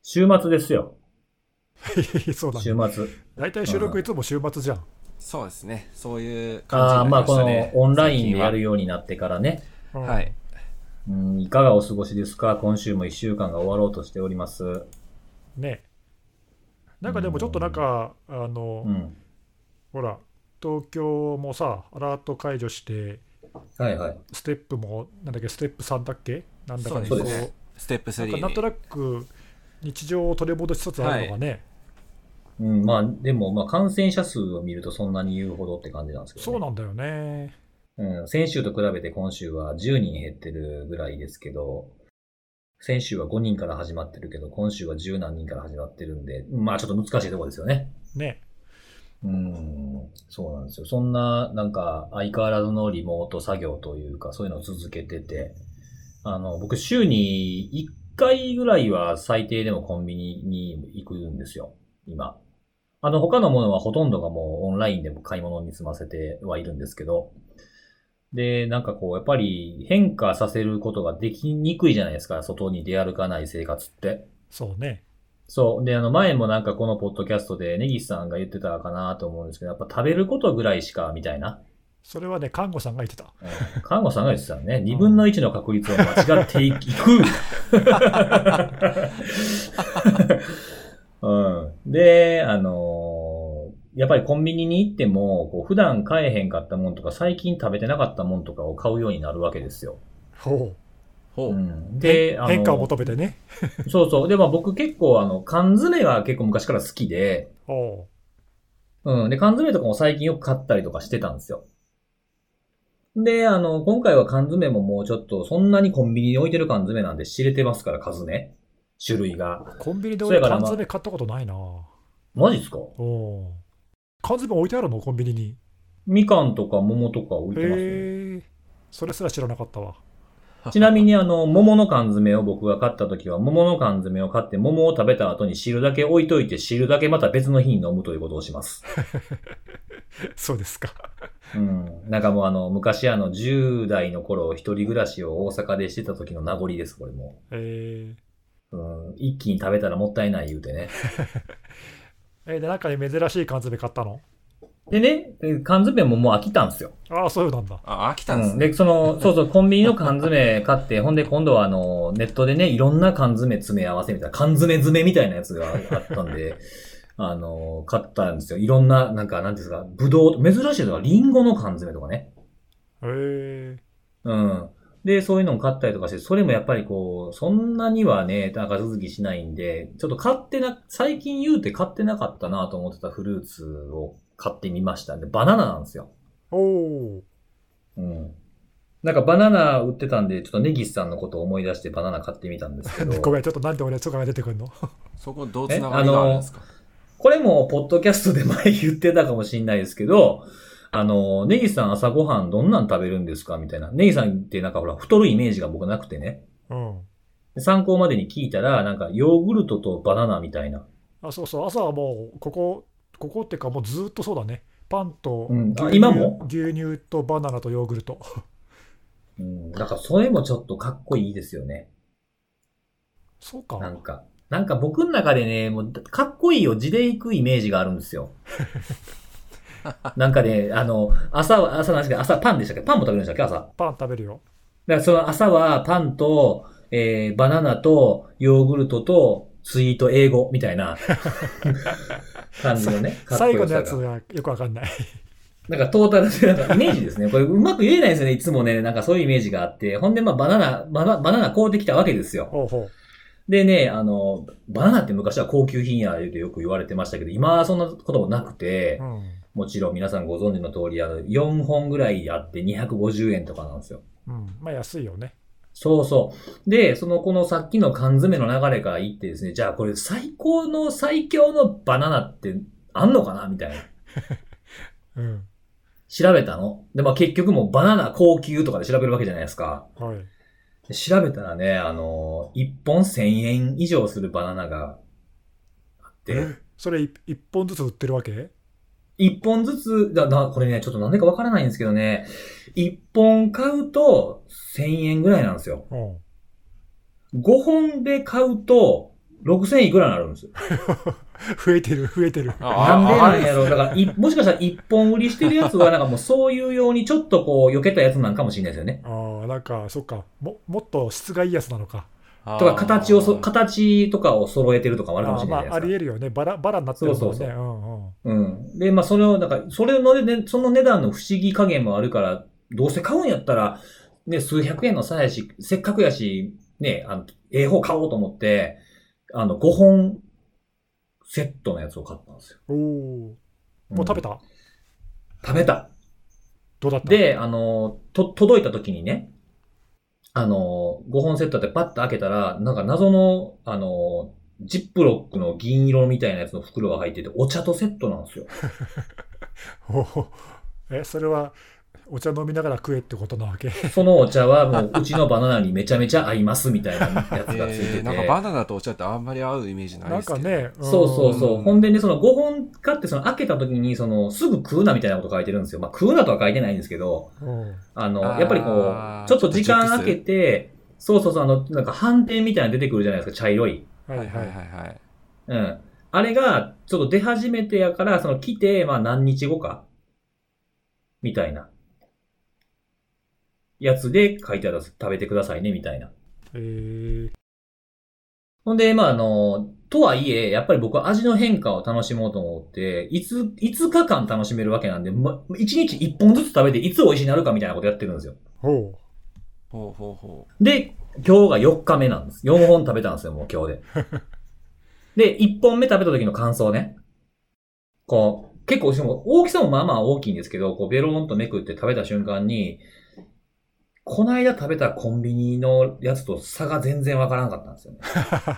週末ですよ。 そうだね。 週末。 大体収録いつも週末じゃん。 そうですね。そういう感じになりまあこましたね。 のオンラインでやるよ。 ようになってからね。 はい。 いかがお過ごしですか？今週も一週間が終わろうとしております。 ね。なんかでもちょっとなんか、ほら、東京もさ、アラート解除して、 はいはい。 ステップも、なんだっけ、ステップ3だっけなんだかにそうですこステップ3 なんかに。 なんとなく日常を取り戻しつつあるのがね、 まあでもまあ感染者数を見るとそんなに言うほどって感じなんですけどね。 そうなんだよね。 先週と比べて今週は10人減ってるぐらいですけど、先週は5人から始まってるけど、今週は10何人から始まってるんで、まあちょっと難しいところですよね。 ね。 そうなんですよ。そんな、なんか、相変わらずのリモート作業というか、そういうのを続けてて、僕、週に1回ぐらいは最低でもコンビニに行くんですよ、今。他のものはほとんどがもうオンラインでも買い物に済ませてはいるんですけど、で、なんかこう、やっぱり変化させることができにくいじゃないですか、外に出歩かない生活って。 そうね。 そう。で、前もなんかこのポッドキャストでネギスさんが言ってたかなと思うんですけど、やっぱ食べることぐらいしか、みたいな。 それはね、看護さんが言ってた。 看護さんが言ってたね。2分の1の確率を間違っていく。で、やっぱりコンビニに行っても、こう普段買えへんかったもんとか、最近食べてなかったもんとかを買うようになるわけですよ。 ほう。 で、 変化を求めてね。 そうそう。で、まあ僕結構缶詰が結構昔から好きで、 ほで、缶詰とかも最近よく買ったりとかしてたんですよ。で、今回は缶詰ももうちょっと、そんなにコンビニに置いてる缶詰なんで知れてますから、数ね。種類が。 う。コンビニで俺それから缶詰買ったことないな。 マジっすか？ お缶詰置いてあるのコンビニに。 みかんとか桃とか置いてますよ。 へえ。それすら知らなかったわ。 ちなみに桃の缶詰を僕が買った時は、桃の缶詰を買って桃を食べた後に汁だけ置いといて、汁だけまた別の日に飲むということをします。 そうですか。 なんかもう昔10代の頃一人暮らしを大阪でしてた時の名残です、これも。一気に食べたらもったいない言うてね。 で、なんか珍しい缶詰買ったの？ でね、缶詰ももう飽きたんですよ。 ああ、そうなんだ。 飽きたんですね。 で、そうそう、コンビニの缶詰買って、ほんで今度はネットでね、いろんな缶詰詰め合わせみたいな、缶詰詰めみたいなやつがあったんで、買ったんですよ。いろんな、なんか、なんていうんですか、ぶどう、珍しいのがリンゴの缶詰とかね。 へえ。 で、そういうのを買ったりとかして、それもやっぱりこう、そんなにはね、長続きしないんで、ちょっと最近言うて買ってなかったなと思ってたフルーツを買ってみました。で、バナナなんですよ。 おお。 なんかバナナ売ってたんで、ちょっとネギスさんのことを思い出してバナナ買ってみたんですけど。 ごめん、ちょっとなんで俺とかが出てくるの？ そこどうつながりがあるんですか？ これも、ポッドキャストで前言ってたかもしれないですけど、ネギさん朝ごはんどんなん食べるんですかみたいな。ネギさんってなんかほら、太るイメージが僕なくてね。参考までに聞いたら、なんか、ヨーグルトとバナナみたいな。 そうそう、朝はもう、ここっていうかもうずっとそうだね。パンと今も牛乳とバナナとヨーグルト。 だからそれもちょっとかっこいいですよね。 そうか。 なんか僕の中でね、もうかっこいいを地で行くイメージがあるんですよ。なんかね、朝なんですけど、朝パンでしたっけ？パンも食べるんでしたっけ？朝。 パン食べるよ。 だからその朝はパンと、バナナとヨーグルトとスイート英語みたいな感じのね。 最後のやつがよくわかんない。 なんかトータルでなんかイメージですね。これうまく言えないですよね。いつもね、なんかそういうイメージがあって。ほんでまあバナナ買うてきたわけですよ。 ほうほう。 でね、バナナって昔は高級品やでよく言われてましたけど、今はそんなこともなくて、もちろん皆さんご存知の通り、4本ぐらいあって250円とかなんですよ。 まあ安いよね。 そうそう。で、このさっきの缶詰の流れから言ってですね、じゃあこれ最強のバナナってあんのかなみたいな。調べたの。で、まあ結局もうバナナ高級とかで調べるわけじゃないですか。 はい。 調べたらね、1本1000円以上するバナナがあって。 それ1本ずつ売ってるわけ ？1本ずつ、これね、ちょっとなんでかわからないんですけどね、1本買うと1000円ぐらいなんですよ。5本で買うと 6000いくらになるんですよ。 増えてる。 なんでなんやろ。だからもしかしたら一本売りしてるやつは、なんかもうそういうようにちょっとこう、避けたやつなんかもしれないですよね。 なんか、そっか。もっと質がいいやつなのか。 とか、形とかを揃えてるとかもあるかもしれないですか。 ありえるよね。バラになってるもんね。 そう。で、まあ、その値段の不思議加減もあるから、どうせ買うんやったら、ね、数百円の差やし、せっかくやし、ね、方買おうと思って、5本セットのやつを買ったんですよ。 もう食べた？ 食べた。 どうだった？ で、届いた時にね、5本セットでパッと開けたら、なんか謎の、ジップロックの銀色みたいなやつの袋が入ってて、お茶とセットなんですよ。 それは、お茶飲みながら食えってことなわけ？ そのお茶はもううちのバナナにめちゃめちゃ合いますみたいなやつがついてて。 なんかバナナとお茶ってあんまり合うイメージないですけど。 なんかね。 そう。ほんでね、その5本買って開けた時に、すぐ食うなみたいなこと書いてるんですよ。まあ食うなとは書いてないんですけど、やっぱりこう、ちょっと時間空けて、なんか斑点みたいなの出てくるじゃないですか、茶色い。 はい。 あれが、ちょっと出始めてやから、来て、まあ何日後かみたいな。やつで書いてある食べてくださいね、みたいな。ほんで、まあとはいえ、やっぱり僕は味の変化を楽しもうと思って、5日間楽しめるわけなんで、1日1本ずつ食べて、いつ美味しくなるかみたいなことやってるんですよ。 ほう。で、今日が4日目なんです。4本食べたんですよ、もう今日で。で、1本目食べた時の感想ね。こう、結構、大きさもまあまあ大きいんですけど、こうベローンとめくって食べた瞬間に、この間食べたコンビニのやつと差が全然わからなかったんですよね。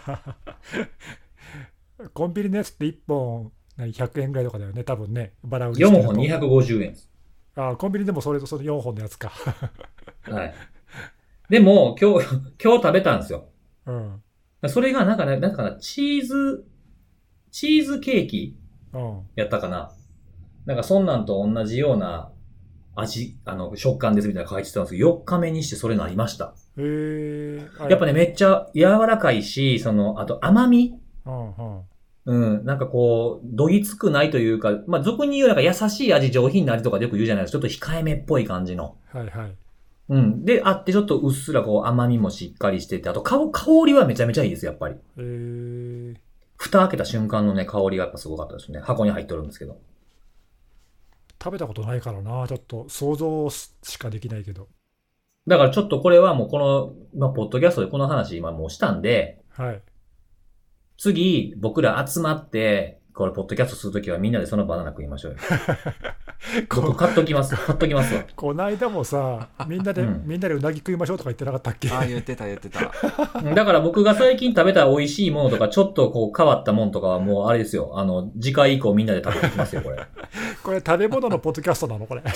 コンビニのやつって1本100円ぐらいとかだよね、多分ね。バラ売りしてると。 4本250円です。 コンビニでもその4本のやつか。 はい。でも、今日食べたんですよ。それがなんかチーズケーキやったかな。なんかそんなんと同じような食感ですみたいな書いてたんですけど、4日目にしてそれなりました。やっぱね、めっちゃ柔らかいし、あと甘み、なんかこう、どぎつくないというか、まあ、俗に言うなんか優しい味、上品な味とかでよく言うじゃないですか。ちょっと控えめっぽい感じの。で、あってちょっとうっすらこう甘みもしっかりしてて、あと香りはめちゃめちゃいいです、やっぱり。蓋開けた瞬間のね、香りがやっぱすごかったですね。箱に入っとるんですけど。 食べたことないからな、ちょっと想像しかできないけど。 だからちょっとこれはもうポッドキャストでこの話今もうしたんで、次、僕ら集まって、これポッドキャストするときはみんなでそのバナナ食いましょうよ。僕買っときますわ。 この間もさ、みんなでうなぎ食いましょうとか言ってなかったっけ？ 言ってた。 だから僕が最近食べた美味しいものとか、ちょっとこう変わったものとかはもうあれですよ。次回以降みんなで食べていきますよ、これ。 これ食べ物のポッドキャストなのこれ。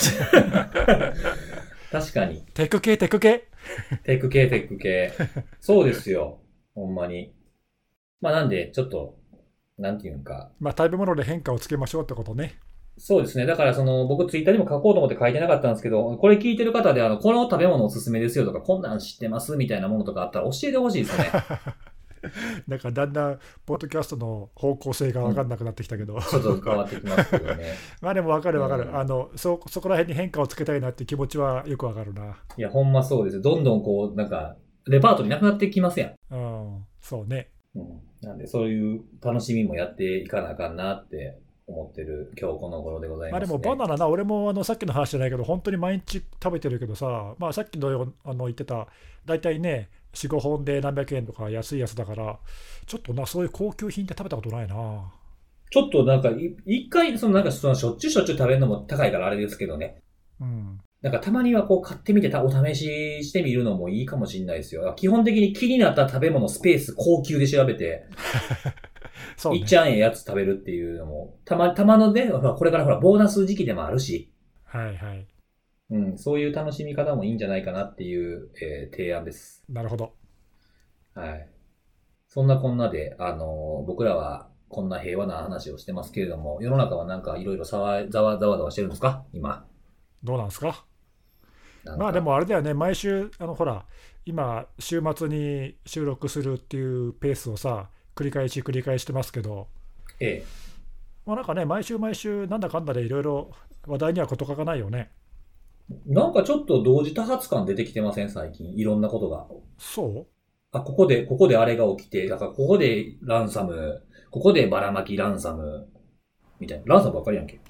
確かに。 テク系。 テク系。そうですよ。ほんまに。まあなんで、ちょっと、なんていうんか。 まあ食べ物で変化をつけましょうってことね。 そうですね。だから僕ツイッターにも書こうと思って書いてなかったんですけど、これ聞いてる方でこの食べ物おすすめですよとか、こんなん知ってますみたいなものとかあったら教えてほしいですよね。 なんかだんだんポッドキャストの方向性が分かんなくなってきたけど、 ちょっと変わってきますけどね。 まあでも分かる。そこら辺に変化をつけたいなって気持ちはよく分かるな。 いやほんまそうです。どんどんこうなんかレパートリーなくなってきますやん。 そうね。 なんでそういう楽しみもやっていかなあかんなって思ってる今日この頃でございますね。 でもバナナな、俺もさっきの話じゃないけど本当に毎日食べてるけどさ、まあさっきの言ってた大体ね4、5本で何百円とか安いやつだから、ちょっとな、そういう高級品って食べたことないな。 ちょっとなんか一回なんかしょっちゅう食べるのも高いからあれですけどね。なんかたまにはこう買ってみてお試ししてみるのもいいかもしれないですよ。基本的に気になった食べ物スペース高級で調べて、そうね、いっちゃんええやつ食べるっていうのも、たまのね、これからボーナス時期でもあるし、そういう楽しみ方もいいんじゃないかなっていう、提案です。 なるほど。 はい。そんなこんなで、僕らはこんな平和な話をしてますけれども、世の中はなんかいろいろざわざわしてるんですか今。 どうなんですか？まあでもあれだよね、毎週ほら今週末に収録するっていうペースをさ繰り返し繰り返してますけど、 ええ。 まあ、なんかね、毎週毎週、なんだかんだでいろいろ話題には事欠かないよね。 なんかちょっと同時多発感出てきてません最近。いろんなことが。 そあ、ここであれが起きて、だからここでランサム、ここでばらまきランサム、みたいな。ランサムばっかりやんけ。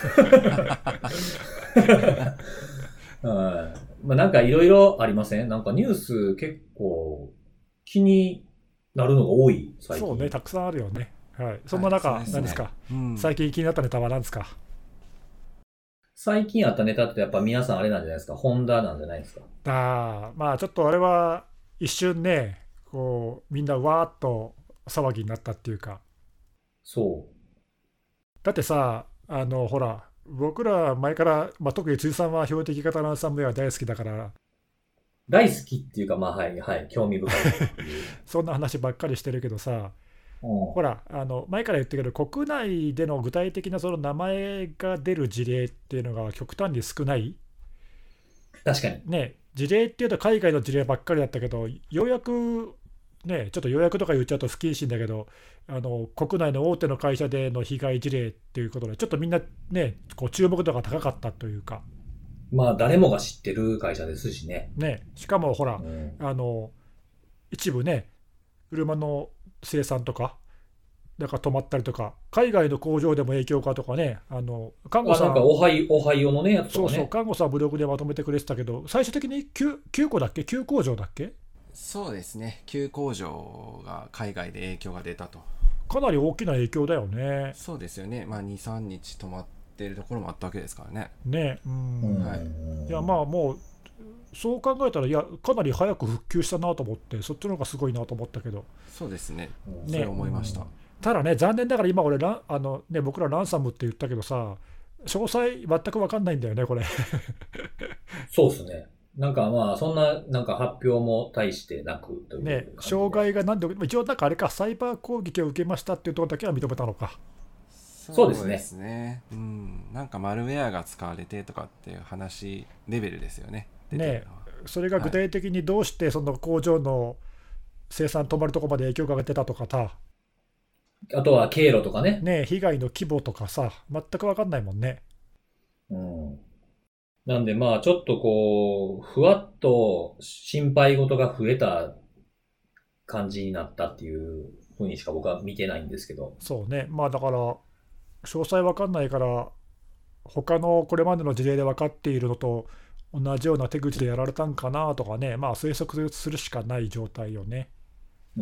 まあなんかいろいろありません？なんかニュース結構気になるのが多い、 う最近。 そうね、たくさんあるよね。はい、そんな中、 はい、そうですね。 何ですか、 うん。 最近気になったネタは何ですか？ 最近あったネタってやっぱ皆さんあれなんじゃないですか。ホンダなんじゃないですか。 まあちょっとあれは一瞬ね、こうみんなわーっと騒ぎになったっていうか、 そう。 だってさ、ほら、僕ら前から、まあ、特に辻さんは標的型ランサムウェア大好きだから、 大好きっていうか、まあはい、はい、興味深いっていう。 そんな話ばっかりしてるけどさ、 うん。 ほら、前から言ってるけど、国内での具体的なその名前が出る事例っていうのが極端に少ない。 確かに。 ね、事例っていうと海外の事例ばっかりだったけど、ようやく、ね、ちょっとようやくとか言っちゃうと不謹慎だけど、国内の大手の会社での被害事例っていうことで、ちょっとみんな、ね、こう注目度が高かったというか、 まあ誰もが知ってる会社ですしね。 ね、しかもほら、 うん。 一部ね、車の生産とか、だから止まったりとか、海外の工場でも影響かとかね、看護あ、なんかさん、 オハイオのね、やつとそうそう、 かね。 看護さんブログでまとめてくれてたけど、最終的に9個だっけ、9工場だっけ、 そうですね。旧工場が海外で影響が出たと。 かなり大きな影響だよね。 そうですよね。まあ2、3日止まっているところもあったわけですからね。 ね、ううん。 はい。 いや、まあもう、そう考えたら、いや、かなり早く復旧したなと思って、そっちの方がすごいなと思ったけど、 そうですね。 うん。 それね、 思いました。 ただね、残念ながら今、俺ね、僕らランサムって言ったけどさ、詳細、全く分かんないんだよね、これ。 そうですね。なんかまあ、そんな、なんか発表も大してなくといね、 う感じ障で。 害がなんで、一応なんかあれか、サイバー攻撃を受けましたっていうところだけは認めたのか。 そうですね。 ね。うん。なんかマルウェアが使われてとかっていう話レベルですよね。出てるね、 のは。 それが具体的にどうしてその工場の生産止まるところまで影響が出たとかさ、 あとは経路とかね。 ね、被害の規模とかさ、全く分かんないもんね。 うん。なんでまあ、ちょっとこう、ふわっと心配事が増えた感じになったっていうふうにしか僕は見てないんですけど。 そうね、まあだから、詳細分かんないから、他のこれまでの事例で分かっているのと同じような手口でやられたんかなとかね、まあ推測するしかない状態よね。 うん。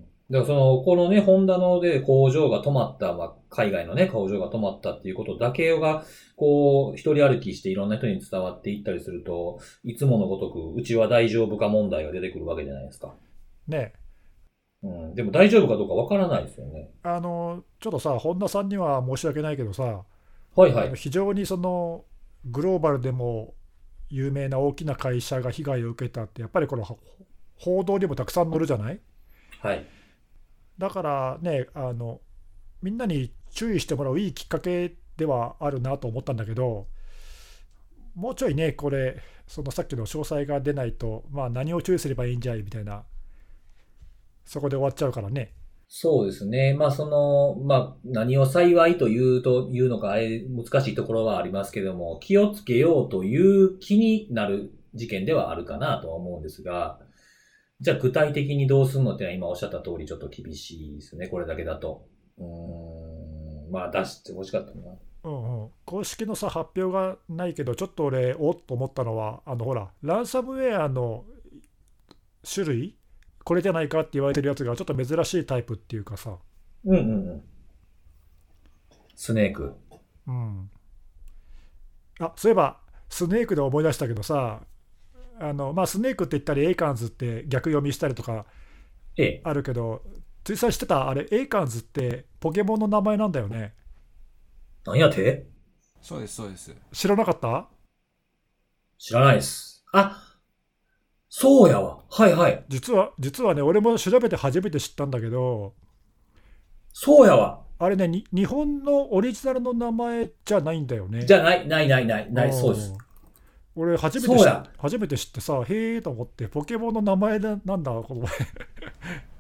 だからこのね、ホンダので工場が止まった、まあ、海外のね、工場が止まったっていうことだけが、こう、一人歩きしていろんな人に伝わっていったりすると、いつものごとく、うちは大丈夫か問題が出てくるわけじゃないですか。 ね、 うん。でも大丈夫かどうかわからないですよね。 ちょっとさ、本田さんには申し訳ないけどさ、 はいはい。 非常にそのグローバルでも有名な大きな会社が被害を受けたって、やっぱりこの報道にもたくさん載るじゃない。 はい。 だからね、みんなに注意してもらういいきっかけではあるなと思ったんだけど、もうちょいね、これ、そのさっきの詳細が出ないと、まあ、何を注意すればいいんじゃいみたいな、そこで終わっちゃうからね。 そうですね。まあまあ何を幸いというのか、あれ難しいところはありますけども、気をつけようという気になる事件ではあるかなとは思うんですが、じゃあ具体的にどうするのってのは今おっしゃった通りちょっと厳しいですね。これだけだと。まあ出してほしかったな。 うんうん、公式のさ発表がないけど、ちょっと俺、おっと思ったのは、ほら、ランサムウェアの種類、これじゃないかって言われてるやつが、ちょっと珍しいタイプっていうかさ、 うんうんうん。スネーク。 うん、そういえば、スネークで思い出したけどさ、まあ、スネークって言ったり、エイカンズって逆読みしたりとかええ。 あるけど、ついさん知ってた？あれ、エイカンズってポケモンの名前なんだよね。 何やて？ そうです、そうです。 知らなかった？ 知らないです。あ、そうやわ。はいはい。 実はね、俺も調べて初めて知ったんだけど、 そうやわ。 あれね、日本のオリジナルの名前じゃないんだよね。 じゃあない、そうです。 うん、俺そうや。 初めて知ってさ、へえと思って、ポケモンの名前なんだ、この前。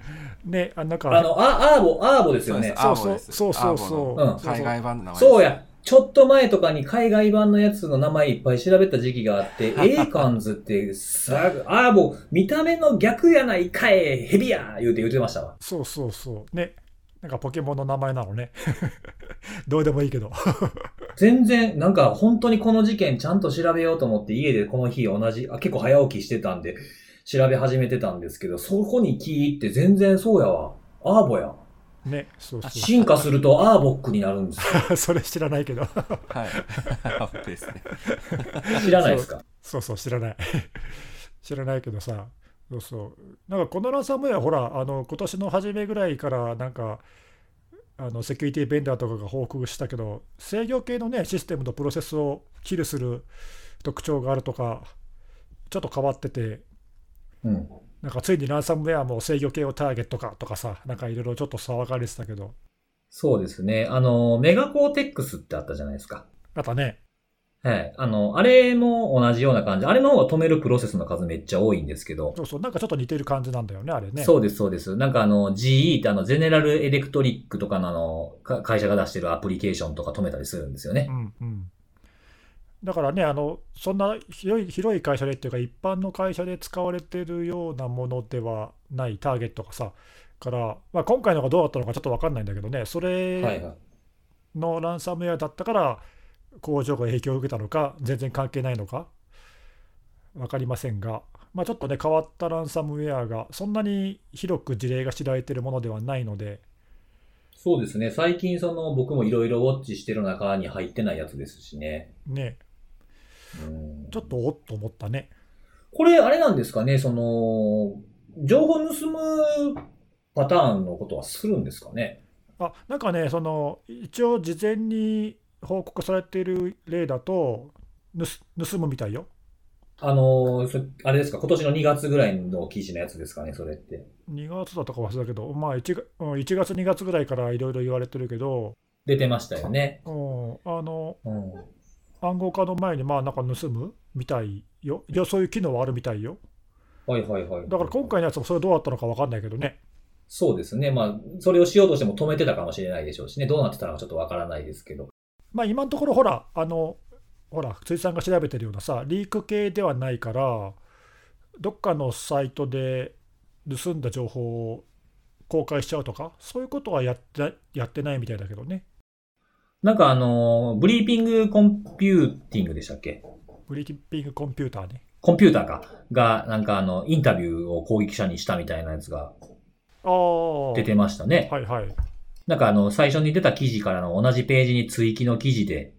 ね、なんか、 アーボですよね。 そうそうそうそうそう。 海外版の名前です。 そうや。ちょっと前とかに海外版のやつの名前いっぱい調べた時期があって、エーカンズってさ、アーボ、見た目の逆やないかい、ヘビや言ってましたわ。 そうそうそう。ね。なんかポケモンの名前なのね。どうでもいいけど。 全然、なんか本当にこの事件ちゃんと調べようと思って家でこの日結構早起きしてたんで、調べ始めてたんですけど、そこに聞いて全然そうやわ。アーボや。 ね、そうそう。 進化するとアーボックになるんですよ。 それ知らないけど。 はい。アップですね。 知らないですか？ そうそう、知らない。知らないけどさ。そうそう。なんかこのランサムウェア、ほら、今年の初めぐらいから、なんか、セキュリティベンダーとかが報告したけど、制御系のね、システムのプロセスをキルする特徴があるとか、ちょっと変わってて、 うん。 なんかついにランサムウェアも制御系をターゲットかとかさ、なんかいろいろちょっと騒がれてたけど。 そうですね。メガコーテックスってあったじゃないですか。 またね。 はい。あれも同じような感じ。あれの方が止めるプロセスの数めっちゃ多いんですけど。 そうそう、なんかちょっと似てる感じなんだよね、あれね。 そうです、そうです。なんかGE ってゼネラルエレクトリックとかの会社が出してるアプリケーションとか止めたりするんですよね。 うんうん。だからね、そんな広い会社でっていうか、一般の会社で使われてるようなものではないターゲットがさ、から、まあ、今回のがどうだったのかちょっと分かんないんだけどね、それはいはい。 のランサムウェアだったから工場が影響を受けたのか、全然関係ないのか分かりませんが、まあ、ちょっとね、変わったランサムウェアがそんなに広く事例が知られているものではないので、 そうですね。最近僕もいろいろウォッチしてる中に入ってないやつですしね。 ね、 うん。 ちょっとおっと思ったね。 これあれなんですかね、情報盗むパターンのことはするんですかね。 なんかね、一応事前に報告されている例だと、盗むみたいよ。 あれですか、今年の2月ぐらいの記事のやつですかね、それって。 2月だったか忘れたけど、まあ1月、2月ぐらいからいろいろ言われてるけど、 出てましたよね。 うん、 うん。 暗号化の前に、まあなんか盗むみたいよ。いや、そういう機能はあるみたいよ。 はいはいはい。 だから今回のやつもそれどうだったのか分かんないけどね。 そうですね。まあ、それをしようとしても止めてたかもしれないでしょうしね。どうなってたのかちょっとわからないですけど。 まあ今のところ、ほら、辻さんが調べてるようなさ、リーク系ではないから、どっかのサイトで盗んだ情報を公開しちゃうとか、そういうことはやってないみたいだけどね。 なんかブリーピングコンピューティングでしたっけ？ ブリーピングコンピューターね。 コンピューターか。が、なんかインタビューを攻撃者にしたみたいなやつが出てましたね。 はいはい。 なんか最初に出た記事からの同じページに追記の記事で、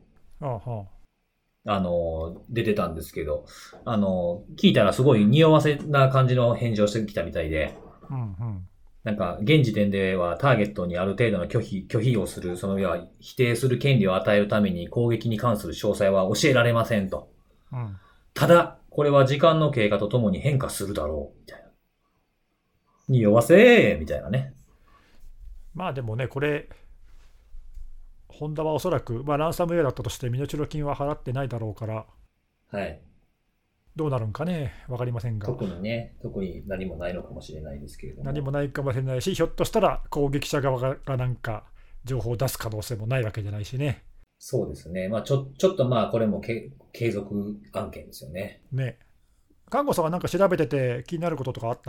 出てたんですけど、聞いたらすごい匂わせな感じの返事をしてきたみたいで、 うんうん、 なんか、現時点ではターゲットにある程度の拒否をする、要は否定する権利を与えるために攻撃に関する詳細は教えられませんと。 うん、 ただ、これは時間の経過とともに変化するだろう、みたいな。匂わせーみたいなね。 まあでもね、これ、ホンダはおそらく、まあ、ランサムウェアだったとして身代金は払ってないだろうから、 はい。 どうなるんかね、分かりませんが。 特に何もないのかもしれないですけれども。 何もないかもしれないし、ひょっとしたら攻撃者側がなんか情報を出す可能性もないわけじゃないしね。 そうですね。まあちょっとまあこれも継続案件ですよね。 ね。看護さんはなんか調べてて気になることとかあった？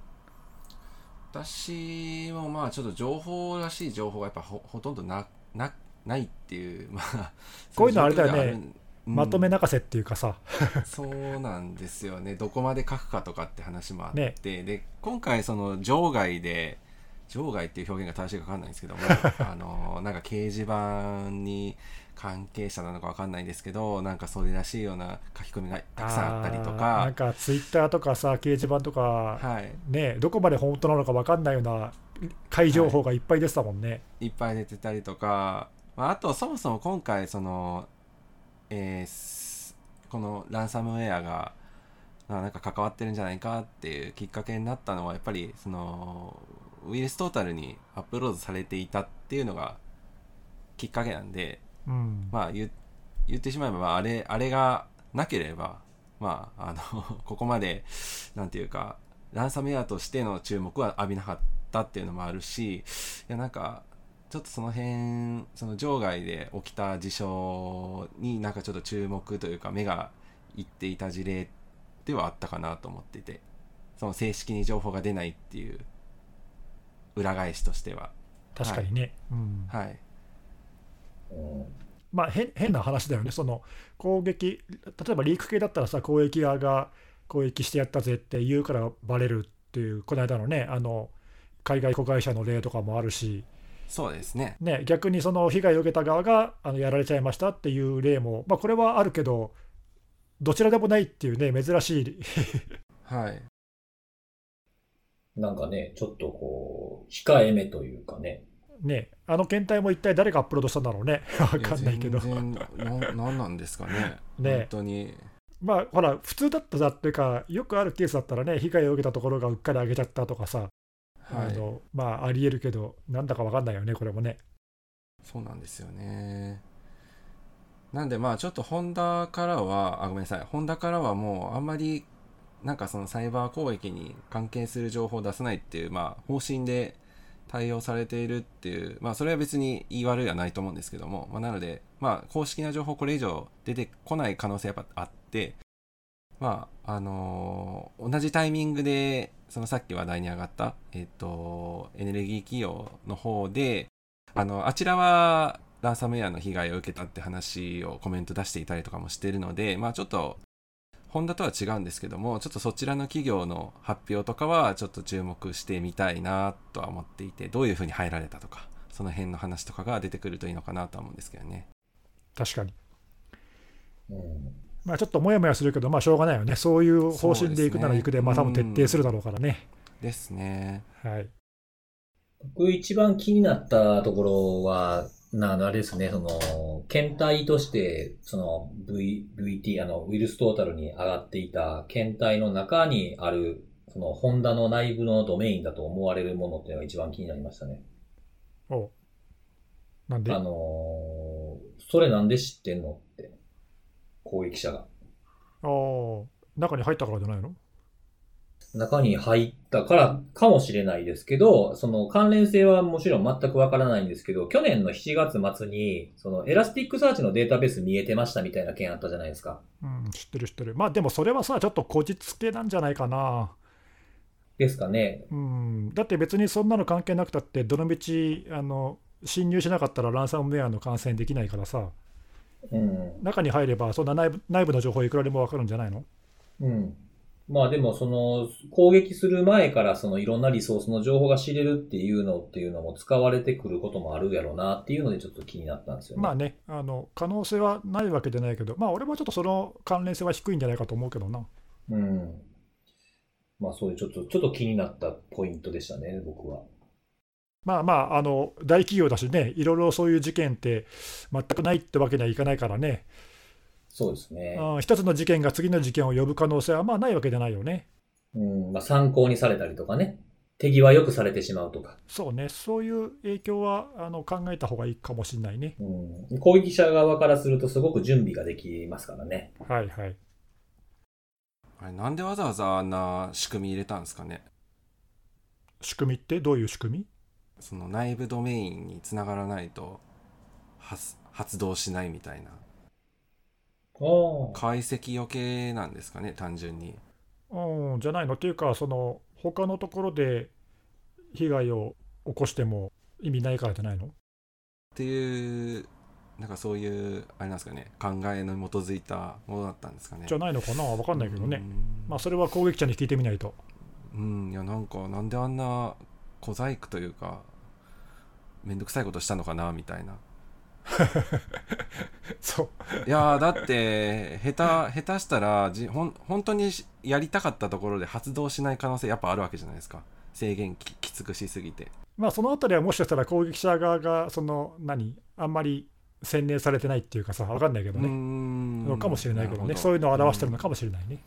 私もまあちょっと情報らしい情報がやっぱほとんどないっていう、まあ、 こういうのあれだよね、まとめな泣かせっていうかさそうなんですよね。どこまで書くかとかって話もあって、 ね、 で今回その場外っていう表現が正しいか分かんないんですけどもなんか掲示板に関係者なのか分かんないんですけど、なんかそれらしいような書き込みがたくさんあったりとか、 なんかツイッターとかさ、掲示板とか、 はい、 ね、どこまで本当なのか分かんないような怪情報がいっぱい出てたもんね、はい、 いっぱい出てたりとか、あとそもそも今回このランサムウェアがなんか関わってるんじゃないかっていうきっかけになったのは、やっぱりウイルストータルにアップロードされていたっていうのがきっかけなんで、 うん、 まあ言ってしまえば、あれがなければ、まあここまでなんていうかランサムウェアとしての注目は浴びなかったったっていうのもあるし、いやなんかちょっとその辺、その場外で起きた事象になんかちょっと注目というか目がいっていた事例ではあったかなと思ってて、その正式に情報が出ないっていう裏返しとしては確かにね、 はい、 まあ変な話だよね。その攻撃、例えばリーク系だったらさ、攻撃側が攻撃してやったぜって言うからバレるっていう、この間のね、海外子会社の例とかもあるし、 そうですね。 ね、逆にその被害を受けた側がやられちゃいましたっていう例も、まあ、これはあるけど、どちらでもないっていうね、珍しいはい。 なんかね、ちょっとこう、控えめというかね。 ね、検体も一体誰がアップロードしたんだろうね、わかんないけど。 全然なんなんですかね。 ね、 本当に。 まあほら、普通だったらっていうか、よくあるケースだったらね、被害を受けたところがうっかり上げちゃったとかさ、 はい、 まあありえるけど、なんだかわかんないよね、これもね。 そうなんですよね。なんでまあちょっとホンダからはごめんなさい、ホンダからはもうあんまりなんかそのサイバー攻撃に関係する情報を出さないっていう、まあ方針で対応されているっていう、まあそれは別に言い悪いはないと思うんですけども、まあ、なのでまあ公式な情報これ以上出てこない可能性やっぱあって、まあ同じタイミングでそのさっき話題に上がったエネルギー企業の方であちらはランサムウェアの被害を受けたって話をコメント出していたりとかもしているので、まあちょっとホンダとは違うんですけども、ちょっとそちらの企業の発表とかはちょっと注目してみたいなとは思っていて、どういうふうに入られたとかその辺の話とかが出てくるといいのかなとは思うんですけどね。 確かに。 うん、 まあちょっともやもやするけど、まあしょうがないよね。そういう方針でいくならいくで、まあ多分徹底するだろうからね。 ですね。 はい。 僕一番気になったところは、あれですね、その、検体として、その VT、ウィルストータルに上がっていた検体の中にある、その、ホンダの内部のドメインだと思われるものっていうのが一番気になりましたね。 お、なんで？ それなんで知ってんのって、攻撃者が。 ああ、中に入ったからじゃないの？ 中に入ったからかもしれないですけど、その関連性はもちろん全くわからないんですけど、去年の7月末に、そのエラスティックサーチのデータベース見えてましたみたいな件あったじゃないですか。 うん、知ってる知ってる。まあでもそれはさ、ちょっとこじつけなんじゃないかな。 ですかね。 うん、だって別にそんなの関係なくたって、どのみち侵入しなかったらランサムウェアの感染できないからさ、 うん。 中に入ればそんな内部の情報いくらでもわかるんじゃないの？ うん。まあでもその攻撃する前からそのいろんなリソースの情報が知れるっていうのも使われてくることもあるやろうなっていうのでちょっと気になったんですよね。 まあね、可能性はないわけじゃないけど、まあ俺はちょっとその関連性は低いんじゃないかと思うけどな。 うん。まあそういうちょっと気になったポイントでしたね、僕は。 まあまあ、大企業だしね、いろいろそういう事件って全くないってわけにはいかないからね、 そうですね。 一つの事件が次の事件を呼ぶ可能性はまあないわけじゃないよね。 うん。まあ参考にされたりとかね。手際よくされてしまうとか。 そうね、そういう影響は考えた方がいいかもしれないね。 うん。攻撃者側からするとすごく準備ができますからね。 はいはい。 あれなんでわざわざあんな仕組み入れたんですかね。 仕組みってどういう仕組み？ その内部ドメインにつながらないと発動しないみたいな。 ああ。 解析余計なんですかね、単純に。 うん、じゃないのっていうか、その他のところで被害を起こしても意味ないからじゃないの？ っていう、なんかそういうあれなんですかね、考えの基づいたものだったんですかね。 じゃないのかな、わかんうないけどね。 ん、 まあそれは攻撃者に聞いてみないと。 うん、いやなんかなんであんな小細工というかめんどくさいことしたのかなみたいな。 そう。 いやだって下手したら本当にやりたかったところで発動しない可能性やっぱあるわけじゃないですか。制限きつくしすぎて。 まあそのあたりはもしかしたら攻撃者側があんまり洗練されてないっていうかさ、わかんないけどね。のかもしれないけどね。そういうのを表してるのかもしれないね。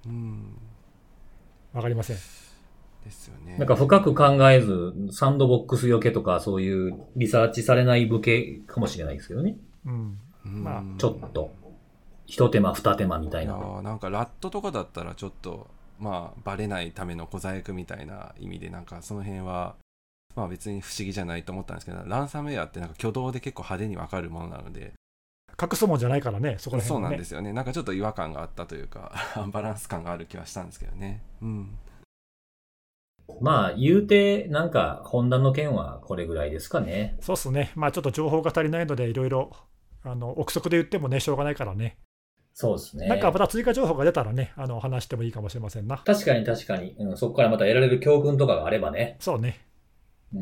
わかりません。 ですよね。 なんか深く考えず、サンドボックスよけとかそういうリサーチされない武器かもしれないですけどね。 うん。まあ、 ちょっと、一手間二手間みたいな。 なんかラットとかだったらちょっと、まあ、バレないための小細工みたいな意味で、なんかその辺はまあ別に不思議じゃないと思ったんですけど、ランサムウェアってなんか挙動で結構派手に分かるものなので、 隠すもんじゃないからね、そこらそう辺はね。 なんですよね。なんかちょっと違和感があったというかアンバランス感がある気はしたんですけどね。うん。 まあ、言うて、なんか、ホンダの件はこれぐらいですかね。 そうっすね。まあちょっと情報が足りないので、いろいろ憶測で言ってもね、しょうがないからね。 そうですね。 なんかまた追加情報が出たらね、話してもいいかもしれませんな。 確かに確かに、そこからまた得られる教訓とかがあればね。 そうね。 うん。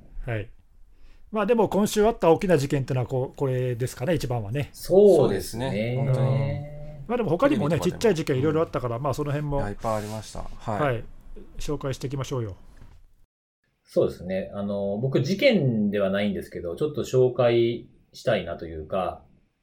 はい。まあでも今週あった大きな事件っていうのはこれですかね、一番はね。 そうですね。 そうですね本当にまあでも他にもね、ちっちゃい事件いろいろあっったから、まあその辺も、 いっぱいありました。はい。 はい、紹介していきましょうよ。 そうですね。僕事件ではないんですけど、ちょっと紹介したいなというか、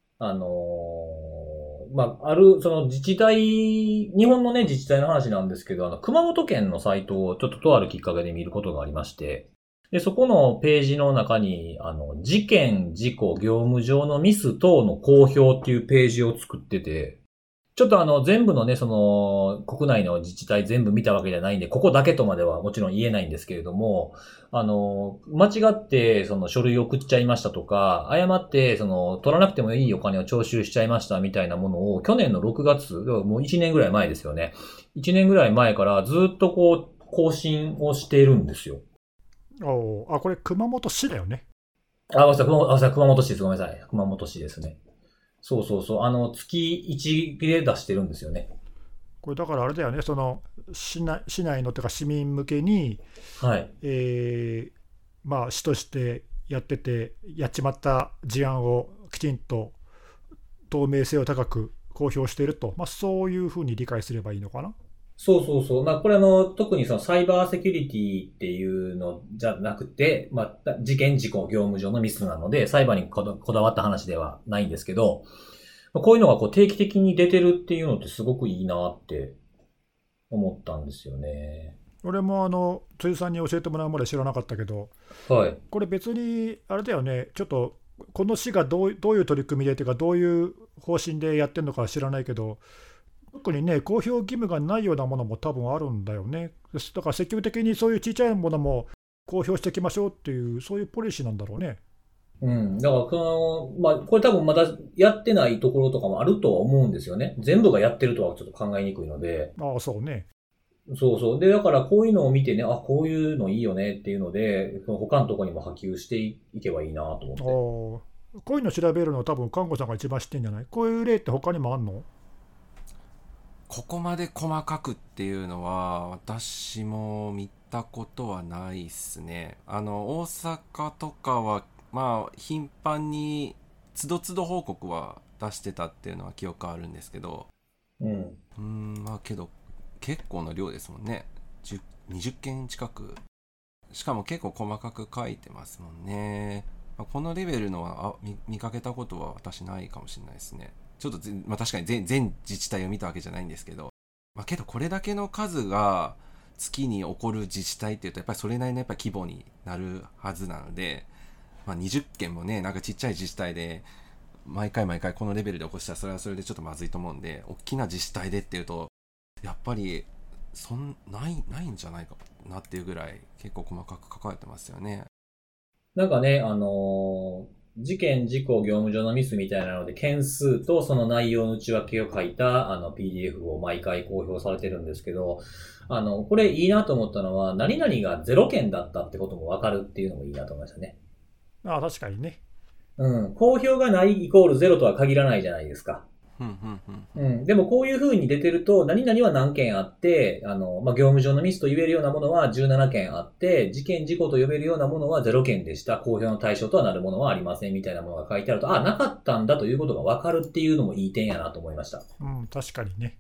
まあ、その自治体、日本のね、自治体の話なんですけど、熊本県のサイトをちょっととあるきっかけで見ることがありまして、で、そこのページの中に、事件、事故、業務上のミス等の公表っていうページを作ってて、ちょっと全部のね、その、国内の自治体全部見たわけじゃないんで、ここだけとまではもちろん言えないんですけれども、間違って、その書類を送っちゃいましたとか、誤って、その、取らなくてもいいお金を徴収しちゃいましたみたいなものを、去年の6月、もう1年ぐらい前ですよね。1年ぐらい前からずっとこう、更新をしているんですよ。 これ熊本市だよね。 ごめんなさい、熊本市です。ごめんなさい。熊本市ですね。そうそうそう。月1で出してるんですよね。 これだからあれだよね、その市内のというか市民向けに、 はい。 まあ市としてやってて、やっちまった事案をきちんと透明性を高く公表していると、まあ、そういうふうに理解すればいいのかな。 そうそうそう。まあ、これ特にそのサイバーセキュリティっていうのじゃなくて、まあ、事件事故業務上のミスなので、サイバーにこだわった話ではないんですけど、こういうのがこう定期的に出てるっていうのってすごくいいなって思ったんですよね。 俺も辻さんに教えてもらうまで知らなかったけど、 はい。 これ別にあれだよね、ちょっとこの市がどういう取り組みでというか、どういう方針でやってるのかは知らないけど、特にね、公表義務がないようなものも多分あるんだよね。だから積極的にそういう小さいものも公表していきましょうっていう、そういうポリシーなんだろうね。 うん。だから、まあ、これ多分まだやってないところとかもあるとは思うんですよね。全部がやってるとはちょっと考えにくいので。 ああ、そうね。 そうそう。で、だからこういうのを見てね、こういうのいいよねっていうので、他のところにも波及していけばいいなと思って。 こういうの調べるのは多分看護さんが一番知ってんじゃない？こういう例って他にもあんの？ ここまで細かくっていうのは私も見たことはないっすね。大阪とかはまあ頻繁につどつど報告は出してたっていうのは記憶あるんですけど、 うん。 まあけど結構な量ですもんね。20件近く、しかも結構細かく書いてますもんね。このレベルのは見かけたことは私ないかもしれないですね。ちょっとまあ、確かに全自治体を見たわけじゃないんですけど、まあ、けどこれだけの数が月に起こる自治体っていうとやっぱりそれなりのやっぱ規模になるはずなので、まあ、20件もねなんかちっちゃい自治体で毎回このレベルで起こしたらそれはそれでちょっとまずいと思うんで、大きな自治体でっていうとやっぱりないんじゃないかなっていうぐらい結構細かく書かれてますよね。 なんかね、事件、事故、業務上のミスみたいなので、件数とその内容の内訳を書いた、PDF を毎回公表されてるんですけど、これいいなと思ったのは、何々が0件だったってこともわかるっていうのもいいなと思いましたね。 ああ、確かにね。 うん。公表がないイコール0とは限らないじゃないですか。でもこういう風に出てると、何々は何件あって、まあ、業務上のミスと言えるようなものは17件あって、事件事故と呼べるようなものは0件でした。公表の対象とはなるものはありませんみたいなものが書いてあると、なかったんだということがわかるっていうのもいい点やなと思いました。 確かにね。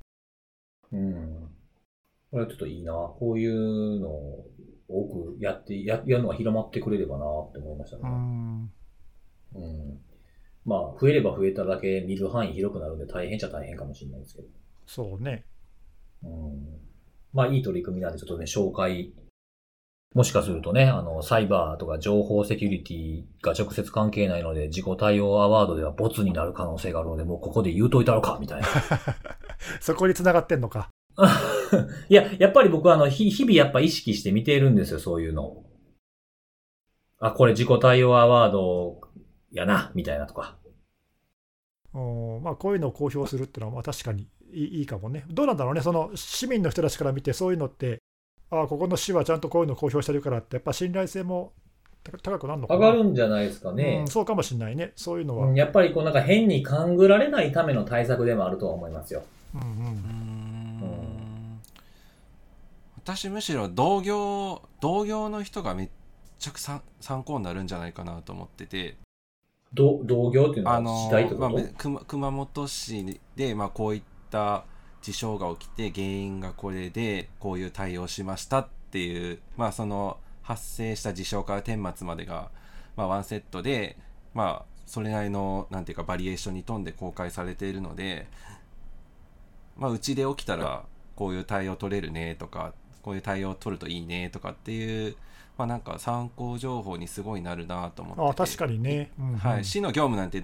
これちょっといいな。こういうのを多くやるのが広まってくれればなって思いましたね。まあ、増えれば増えただけ見る範囲広くなるので大変っちゃ大変かもしれないですけど。 そうね。 まあ、いい取り組みなんでちょっとね、紹介。もしかするとね、サイバーとか情報セキュリティが直接関係ないので、自己対応アワードではボツになる可能性があるので、もうここで言うといたろか、みたいな。 そこに繋がってんのか。 いや、やっぱり僕は日々やっぱ意識して見ているんですよ、そういうの。 あ、これ自己対応アワードやな、みたいなとか。 まあ、こういうのを公表するっていうのはまあ確かにいいかもね。どうなんだろうね、その市民の人たちから見て、そういうのって、ここの市はちゃんとこういうのを公表してるからって、やっぱ信頼性も高くなるのかな。 上がるんじゃないですかね。 そうかもしれないね、そういうのは。 やっぱりこうなんか変に勘ぐられないための対策でもあるとは思いますよ。 うんううーんん私むしろ同業の人がめっちゃ参考になるんじゃないかなと思ってて、 同業っていうのは自治体ってこと、 熊本市で、こういった事象が起きて原因がこれでこういう対応しましたっていう、その発生した事象から顛末までが、ワンセットで、それなりのなんていうかバリエーションに富んで公開されているので、うちで起きたらこういう対応取れるねとか、こういう対応取るといいねとかっていう、なんか参考情報にすごいなるなと思ってて。 確かにね、 はい、市の業務なんて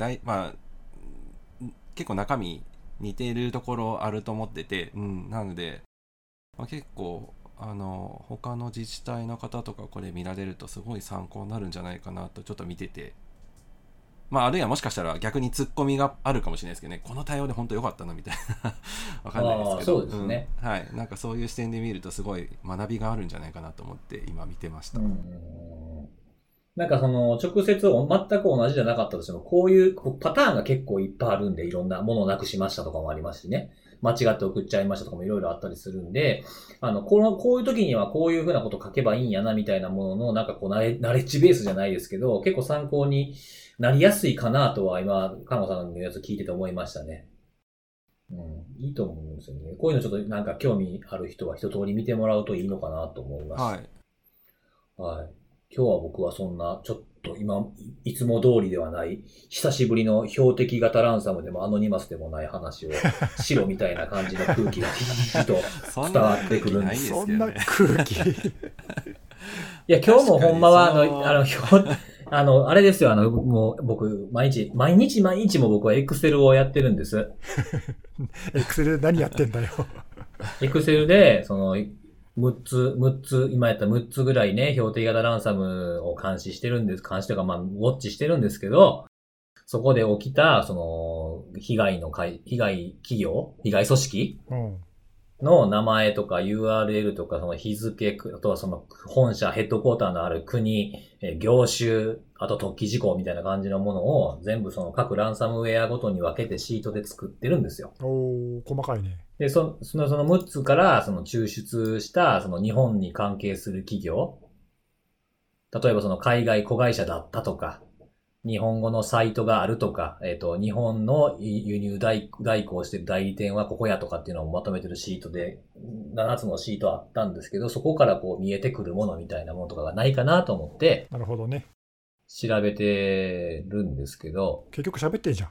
結構中身似てるところあると思ってて、なので、結構他の自治体の方とかこれ見られるとすごい参考になるんじゃないかなとちょっと見てて、あるいはもしかしたら逆にツッコミがあるかもしれないですけどね、この対応で本当良かったなみたいなわかんないですけど、 そうですね、 はい、なんかそういう視点で見るとすごい学びがあるんじゃないかなと思って今見てました。 なんかその直接全く同じじゃなかったとしても、こういうパターンが結構いっぱいあるんで、いろんなものをなくしましたとかもありますしね。間違って送っちゃいましたとかもいろいろあったりするんで、こういう時にはこういうふうなこと書けばいいんやなみたいなものの、なんかこうナレッジベースじゃないですけど、結構参考になりやすいかなとは今、看護さんのやつ聞いてて思いましたね。いいと思うんですよね。こういうのちょっとなんか興味ある人は一通り見てもらうといいのかなと思います。 はい。 はい。今日は僕はそんな、ちょっと今、いつも通りではない、久しぶりの標的型ランサムでもアノニマスでもない話を、白みたいな感じの空気がヒヒヒと伝わってくるんです。 そんな空気。 いや、今日もほんまは、あれですよ、もう僕、毎日も僕はエクセルをやってるんです。 エクセルで何やってんだよ。 エクセルで、6つ、今やった6つぐらいね、標的型ランサムを監視というか、ウォッチしてるんですけど、そこで起きた、被害企業、被害組織の名前とか URL とか、その日付、あとはその本社、ヘッドクォーターのある国、業種、あと突起事項みたいな感じのものを全部その各ランサムウェアごとに分けてシートで作ってるんですよ。 細かいね。 で、その6つから抽出したその日本に関係する企業、例えばその海外子会社だったとか、日本語のサイトがあるとか、日本の輸入代行してる代理店はここやとかっていうのをまとめてるシートで、7つのシートあったんですけど、そこからこう見えてくるものみたいなものとかがないかなと思って、 なるほどね。 調べてるんですけど。 結局喋ってんじゃん。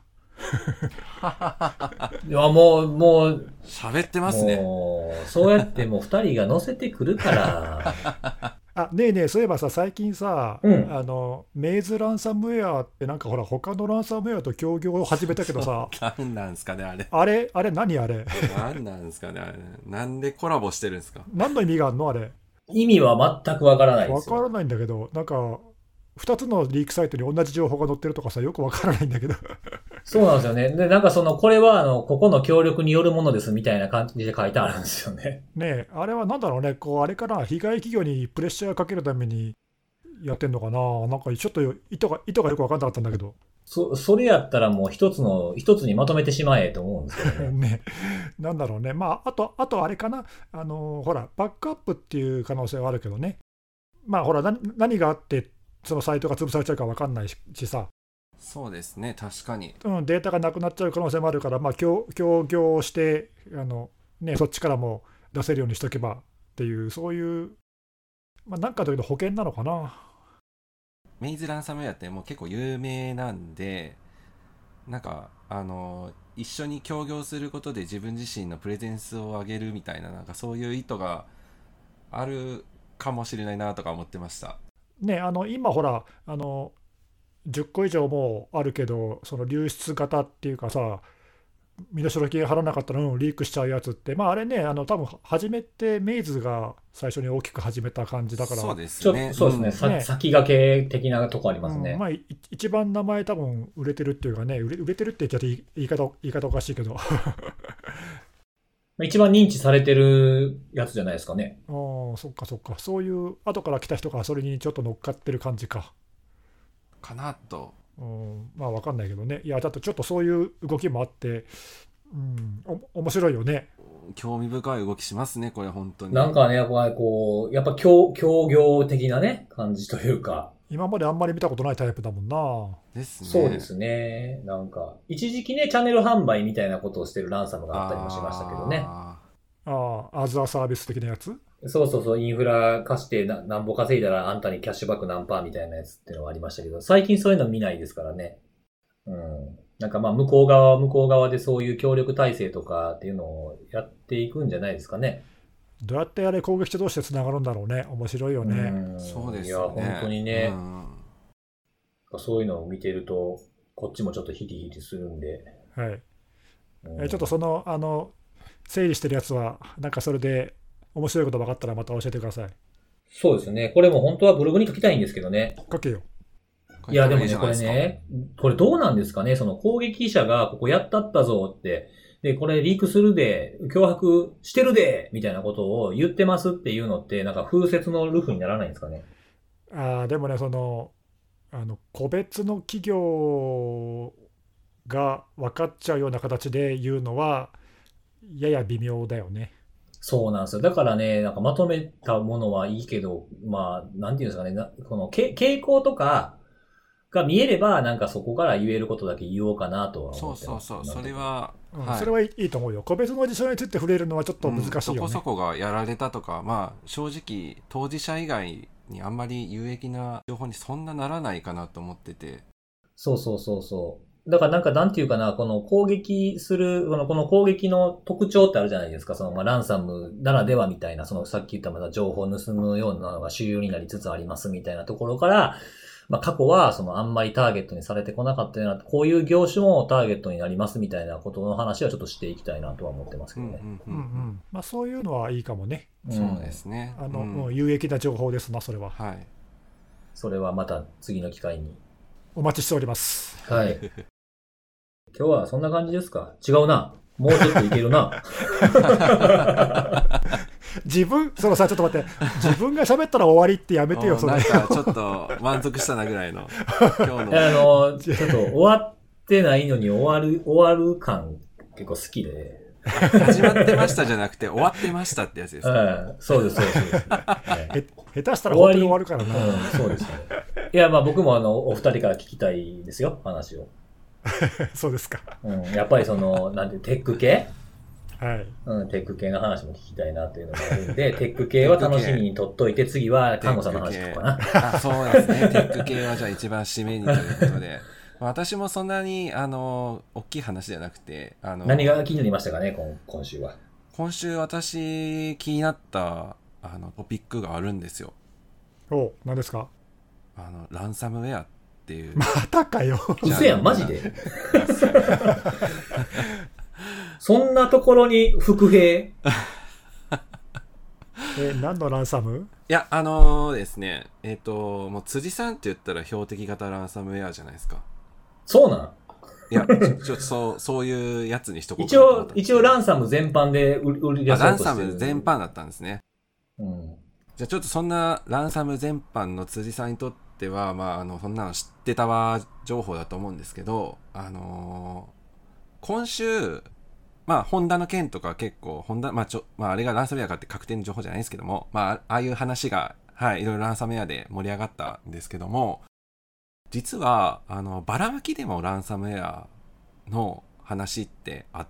いや、もう、 喋ってますね。 もう、そうやってもう二人が乗せてくるから。 ねえねえ、そういえばさ、最近さ、メイズランサムウェアってなんかほら、他のランサムウェアと協業を始めたけどさ、 何なんですかね、あれ。 何あれ。 何なんですかね、あれ。なんでコラボしてるんですか。 何の意味があるのあれ。 意味は全くわからないですよ。 わからないんだけど、なんか、2つのリークサイトに同じ情報が載ってるとかさ、よくわからないんだけど。 そうなんですよね。で、なんかこれはここの協力によるものですみたいな感じで書いてあるんですよね。 ねえ、あれはなんだろうね、あれかな、被害企業にプレッシャーかけるためにやってんのかな、なんかちょっと意図がよく分かんなかったんだけど。 それやったらもう一つにまとめてしまえと思うんですけどね。 ね、なんだろうね、あとあれかな、ほら、バックアップっていう可能性はあるけどね、ほら、何があって、そのサイトが潰されちゃうか分かんないしさ。 そうですね、確かに。 データがなくなっちゃう可能性もあるから、協業してそっちからも出せるようにしとけばっていう、そういう、なんかというと保険なのかな。 メイズランサムウェアってもう結構有名なんで、なんか一緒に協業することで自分自身のプレゼンスを上げるみたいな、なんかそういう意図があるかもしれないなとか思ってましたね。今ほら10個以上もあるけど、その流出型っていうかさ、 身代金払わなかったら、リークしちゃうやつって、まあ、あれね、多分初めてメイズが最初に大きく始めた感じだから、 そうですちょっね。 とそうですね、 ね先駆け的なとこありますね。 まあ、一番名前多分売れてるっていうかね、売れてるって言っちゃって言い方おかしいけど、 一番認知されてるやつじゃないですかね。 ああ、そっかそっか、そういう後から来た人がそれにちょっと乗っかってる感じか。 かなと。 まあわかんないけどね、いや、だってちょっとそういう動きもあって、面白いよね。 興味深い動きしますね、これ本当に。 なんかね、やっぱ協業的なね、感じというか。 今まであんまり見たことないタイプだもんな。 ですね。 そうですね。なんか、一時期ね、チャンネル販売みたいなことをしてるランサムがあったりもしましたけどね。 アズアサービス的なやつ。 そうそうそう、インフラ貸してなんぼ稼いだらあんたにキャッシュバック何パーみたいなやつっていうのがありましたけど、最近そういうの見ないですからね。なんかまあ向こう側でそういう協力体制とかっていうのをやっていくんじゃないですかね。 どうやってあれ攻撃手同士でつながるんだろうね。面白いよね。 そうですよね。 いや、本当にね、そういうのを見てると、こっちもちょっとヒリヒリするんで。 はい。ちょっとその、整理してるやつは、なんかそれで面白いこと分かったらまた教えてください。 そうですね。これも本当はブログに書きたいんですけどね。 書けよ。 いや、でもね、これね、これどうなんですかね、その攻撃者がここやったったぞって、で、これリークするで、脅迫してるで、みたいなことを言ってますっていうのって、なんか風説のルフにならないんですかね。 でもね、個別の企業が分かっちゃうような形で言うのは、やや微妙だよね。 そうなんですよ。だからね、なんかまとめたものはいいけど、まあ、なんていうんですかね、この傾向とかが見えれば、なんかそこから言えることだけ言おうかなとは思ってます。 そう、それは、 それはいいと思うよ。個別の事象について触れるのはちょっと難しいよね。 そこそこがやられたとか、まあ、正直、当事者以外にあんまり有益な情報にそんなならないかなと思ってて。 そう。だからなんていうかな、この攻撃する、この攻撃の特徴ってあるじゃないですか。まあ、ランサムならではみたいな、さっき言ったまた情報を盗むようなのが主流になりつつありますみたいなところから、まあ、過去は、あんまりターゲットにされてこなかったような、こういう業種もターゲットになりますみたいなことの話はちょっとしていきたいなとは思ってますけどね。 まあ、そういうのはいいかもね。 そうですね。 もう有益な情報ですな、それは。 はい。 それはまた次の機会に。 お待ちしております。 はい。今日はそんな感じですか？違うな。もうちょっといけるな。 ちょっと待って、自分が喋ったら終わりってやめてよ、それ。 なんかちょっと満足したなぐらいの。今日の。ちょっと終わってないのに終わる感結構好きで。 始まってましたじゃなくて終わってましたってやつですか？ そうです。 下手したら本当に終わるからな。 そうですね。いや、まあ僕もお二人から聞きたいですよ、話を。 そうですか。 やっぱりなんてテック系？ はい。 テック系の話も聞きたいなというのがあるんで、テック系は楽しみにとっといて、次は看護さんの話聞こうかな。 そうですね。テック系はじゃあ一番締めにということで。私もそんなに、大きい話じゃなくて、 何が気になりましたかね、今週は。 今週私気になったトピックがあるんですよ。 何ですか？ ランサムウェアっていう。 またかよ。 嘘やん、マジで。そんなところに伏兵。 何のランサム？ いや、ですね、もう辻さんって言ったら標的型ランサムウェアじゃないですか。 そうなん？ いや、ちょっとそういうやつにしとこうかなと思った。 一応ランサム全般で売り出そうとしてる。 ランサム全般だったんですね。じゃあちょっとそんなランサム全般の辻さんにとっては、まあ、そんなの知ってたわ情報だと思うんですけど、今週、まあ、ホンダの件とか結構、あれがランサムウェアかって確定の情報じゃないですけども、まあ、ああいう話が、はい、いろいろランサムウェアで盛り上がったんですけども、実は、ばらまきでもランサムウェアの話ってあって、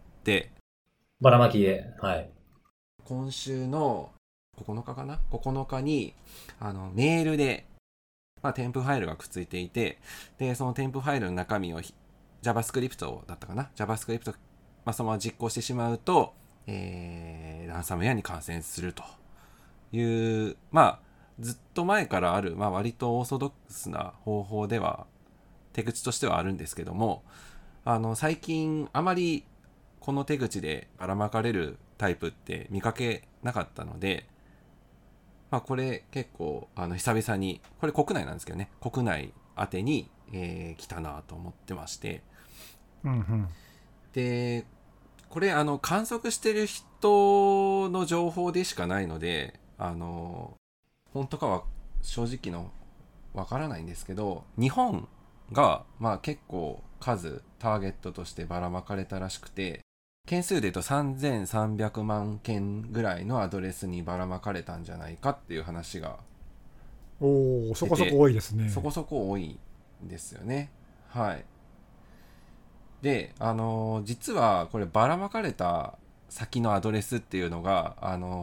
ばらまきで、はい。 今週の9日かな ?9 日に、メールで、まあ、添付ファイルがくっついていて、で、その添付ファイルの中身をJavaScript だったかな ?JavaScript、まあ、そのまま実行してしまうと、ランサムウェアに感染するという、まあ、ずっと前からある、まあ、割とオーソドックスな方法では、手口としてはあるんですけども、最近あまりこの手口でばらまかれるタイプって見かけなかったので、まあ、これ結構久々に、これ国内なんですけどね、国内宛てに、来たなと思ってまして、 うんうん、 でこれ観測してる人の情報でしかないので本当かは正直のわからないんですけど、日本がまあ結構ターゲットとしてばらまかれたらしくて、件数で言うと3300万件ぐらいのアドレスにばらまかれたんじゃないかっていう話がおお、そこそこ多いですね。 そこそこ多いんですよね。はい。で実はこればらまかれた先のアドレスっていうのが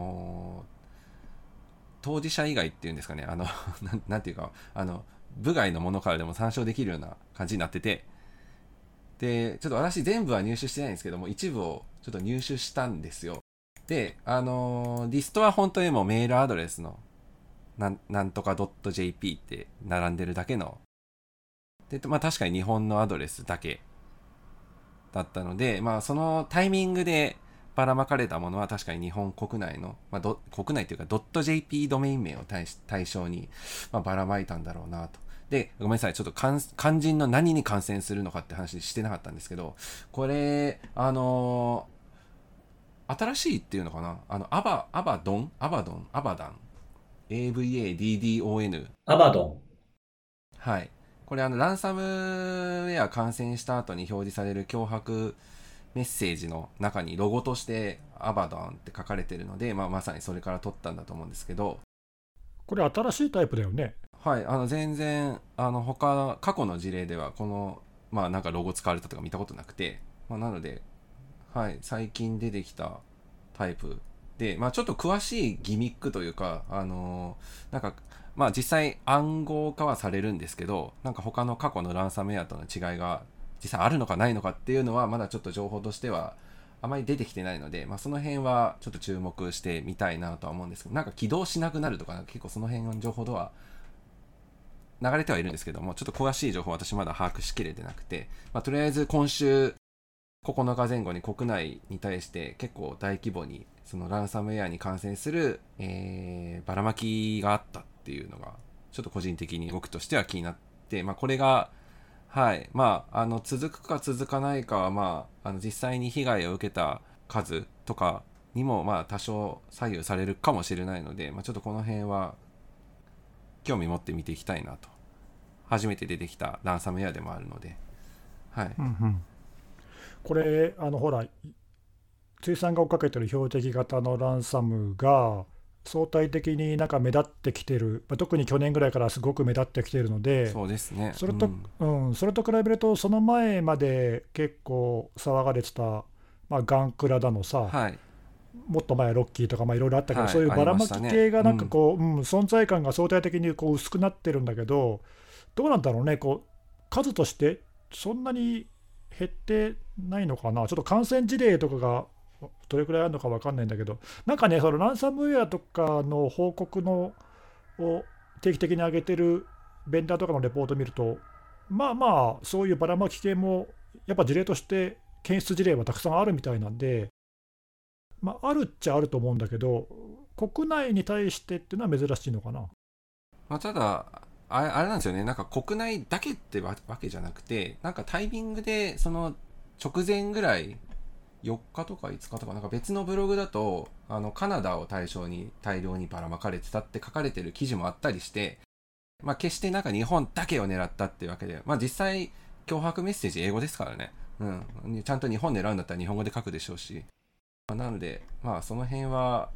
当事者以外っていうんですかね、なんていうか部外のものからでも参照できるような感じになってて、でちょっと私全部は入手してないんですけども、一部をちょっと入手したんですよ。でリストは本当にもうメールアドレスのなんとか .jp って並んでるだけので、まあ確かに日本のアドレスだけだったので、まあそのタイミングでばらまかれたものは確かに日本国内の、まあ、国内というか .jp ドメイン名を対象に、まあ、ばらまいたんだろうなと。で、ごめんなさい、ちょっと肝心の何に感染するのかって話してなかったんですけど、これ新しいっていうのかな、アバダン AVADDON アバドン。 はい。これランサムウェア感染した後に表示される脅迫メッセージの中にロゴとしてアバダンって書かれてるので、まあ、まさにそれから取ったんだと思うんですけど、 これ新しいタイプだよね。 はい、全然過去の事例ではこのまあなんかロゴ使われたとか見たことなくて、まあ、なので、はい、最近出てきたタイプで、まあ、ちょっと詳しいギミックというかなんかまあ実際暗号化はされるんですけど、なんか他の過去のランサムウェアとの違いが実際あるのかないのかっていうのはまだちょっと情報としてはあまり出てきてないので、まあ、その辺はちょっと注目してみたいなとは思うんですけど、なんか起動しなくなるとか、結構その辺の情報とは流れてはいるんですけども、ちょっと詳しい情報は私まだ把握しきれてなくて、まあ、とりあえず今週9日前後に国内に対して結構大規模にそのランサムウェアに感染する、ばらまきがあったっていうのがちょっと個人的に僕としては気になって、まあ、これがはい、まあ続くか続かないかは、まあ実際に被害を受けた数とかにもまあ多少左右されるかもしれないので、まあ、ちょっとこの辺は興味持って見ていきたいなと。初めて出てきたランサムウェアでもあるので、はい、 うんうん、これほら、辻さんが追っかけてる標的型のランサムが相対的になんか目立ってきてる、特に去年ぐらいからすごく目立ってきてるので、 そうですね。 それと、それと比べると、その前まで結構騒がれてた、まあ、ガンクラだのさ、 はい、 もっと前ロッキーとかいろいろあったけど、 はい、 そういうばらまき系がなんかこう、存在感が相対的にこう薄くなってるんだけど、どうなんだろうね、こう数としてそんなに減ってないのかな。ちょっと感染事例とかがどれくらいあるのか分かんないんだけど、なんかね、そのランサムウェアとかの報告のを定期的に上げてるベンダーとかのレポートを見ると、まあまあ、そういうばらまき系もやっぱ事例として検出事例はたくさんあるみたいなんで、まあ、あるっちゃあると思うんだけど、国内に対してっていうのは珍しいのかな。 まあ、ただあれなんですよね、なんか国内だけってわけじゃなくて、なんかタイミングでその直前ぐらい4日とか5日とかなんか別のブログだとカナダを対象に大量にばらまかれてたって書かれてる記事もあったりして、まあ、決してなんか日本だけを狙ったっていうわけで、まあ、実際脅迫メッセージ英語ですからね、ちゃんと日本狙うんだったら日本語で書くでしょうし、まあ、なのでまあその辺は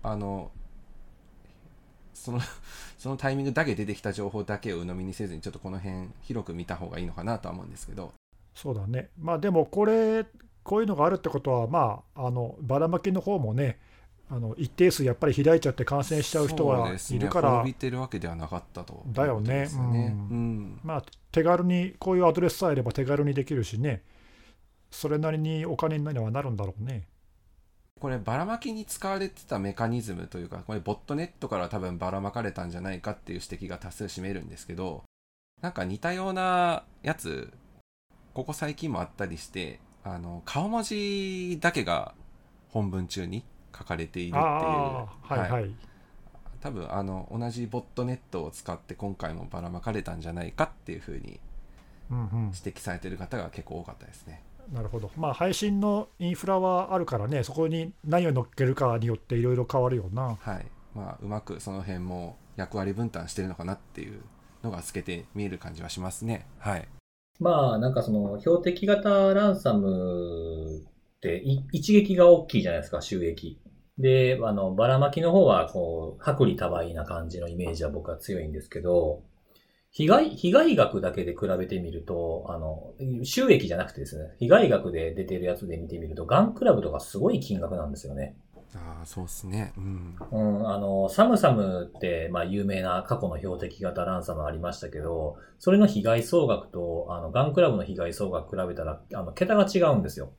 そのタイミングだけ出てきた情報だけを鵜呑みにせずに、ちょっとこの辺広く見た方がいいのかなとは思うんですけど。 そうだね。まあでもこういうのがあるってことは、まあばらまきの方もね、一定数やっぱり開いちゃって感染しちゃう人はいるから、 滅びてるわけではなかったとだよね。まあ手軽にこういうアドレスさえあれば手軽にできるしね、それなりにお金にはなるんだろうね。 こればらまきに使われてたメカニズムというか、これボットネットから多分ばらまかれたんじゃないかっていう指摘が多数占めるんですけど、なんか似たようなやつここ最近もあったりして、 顔文字だけが本文中に書かれているっていう、 はいはい、 多分同じボットネットを使って今回もばらまかれたんじゃないかっていうふうに指摘されている方が結構多かったですね。 なるほど。まあ配信のインフラはあるからね、そこに何を乗っけるかによっていろいろ変わるよな。 はい。まあうまくその辺も役割分担してるのかなっていうのが透けて見える感じはしますね。はい。 まあなんかその標的型ランサムって一撃が大きいじゃないですか、収益。で、ばらまきの方はこう、薄利多売な感じのイメージは僕は強いんですけど、被害額だけで比べてみると、収益じゃなくてですね、被害額で出てるやつで見てみると、ガンクラブとかすごい金額なんですよね。 ああ、そうですね。 サムサムって、まあ、有名な過去の標的型ランサムありましたけど、それの被害総額と、ガンクラブの被害総額比べたら、桁が違うんですよ。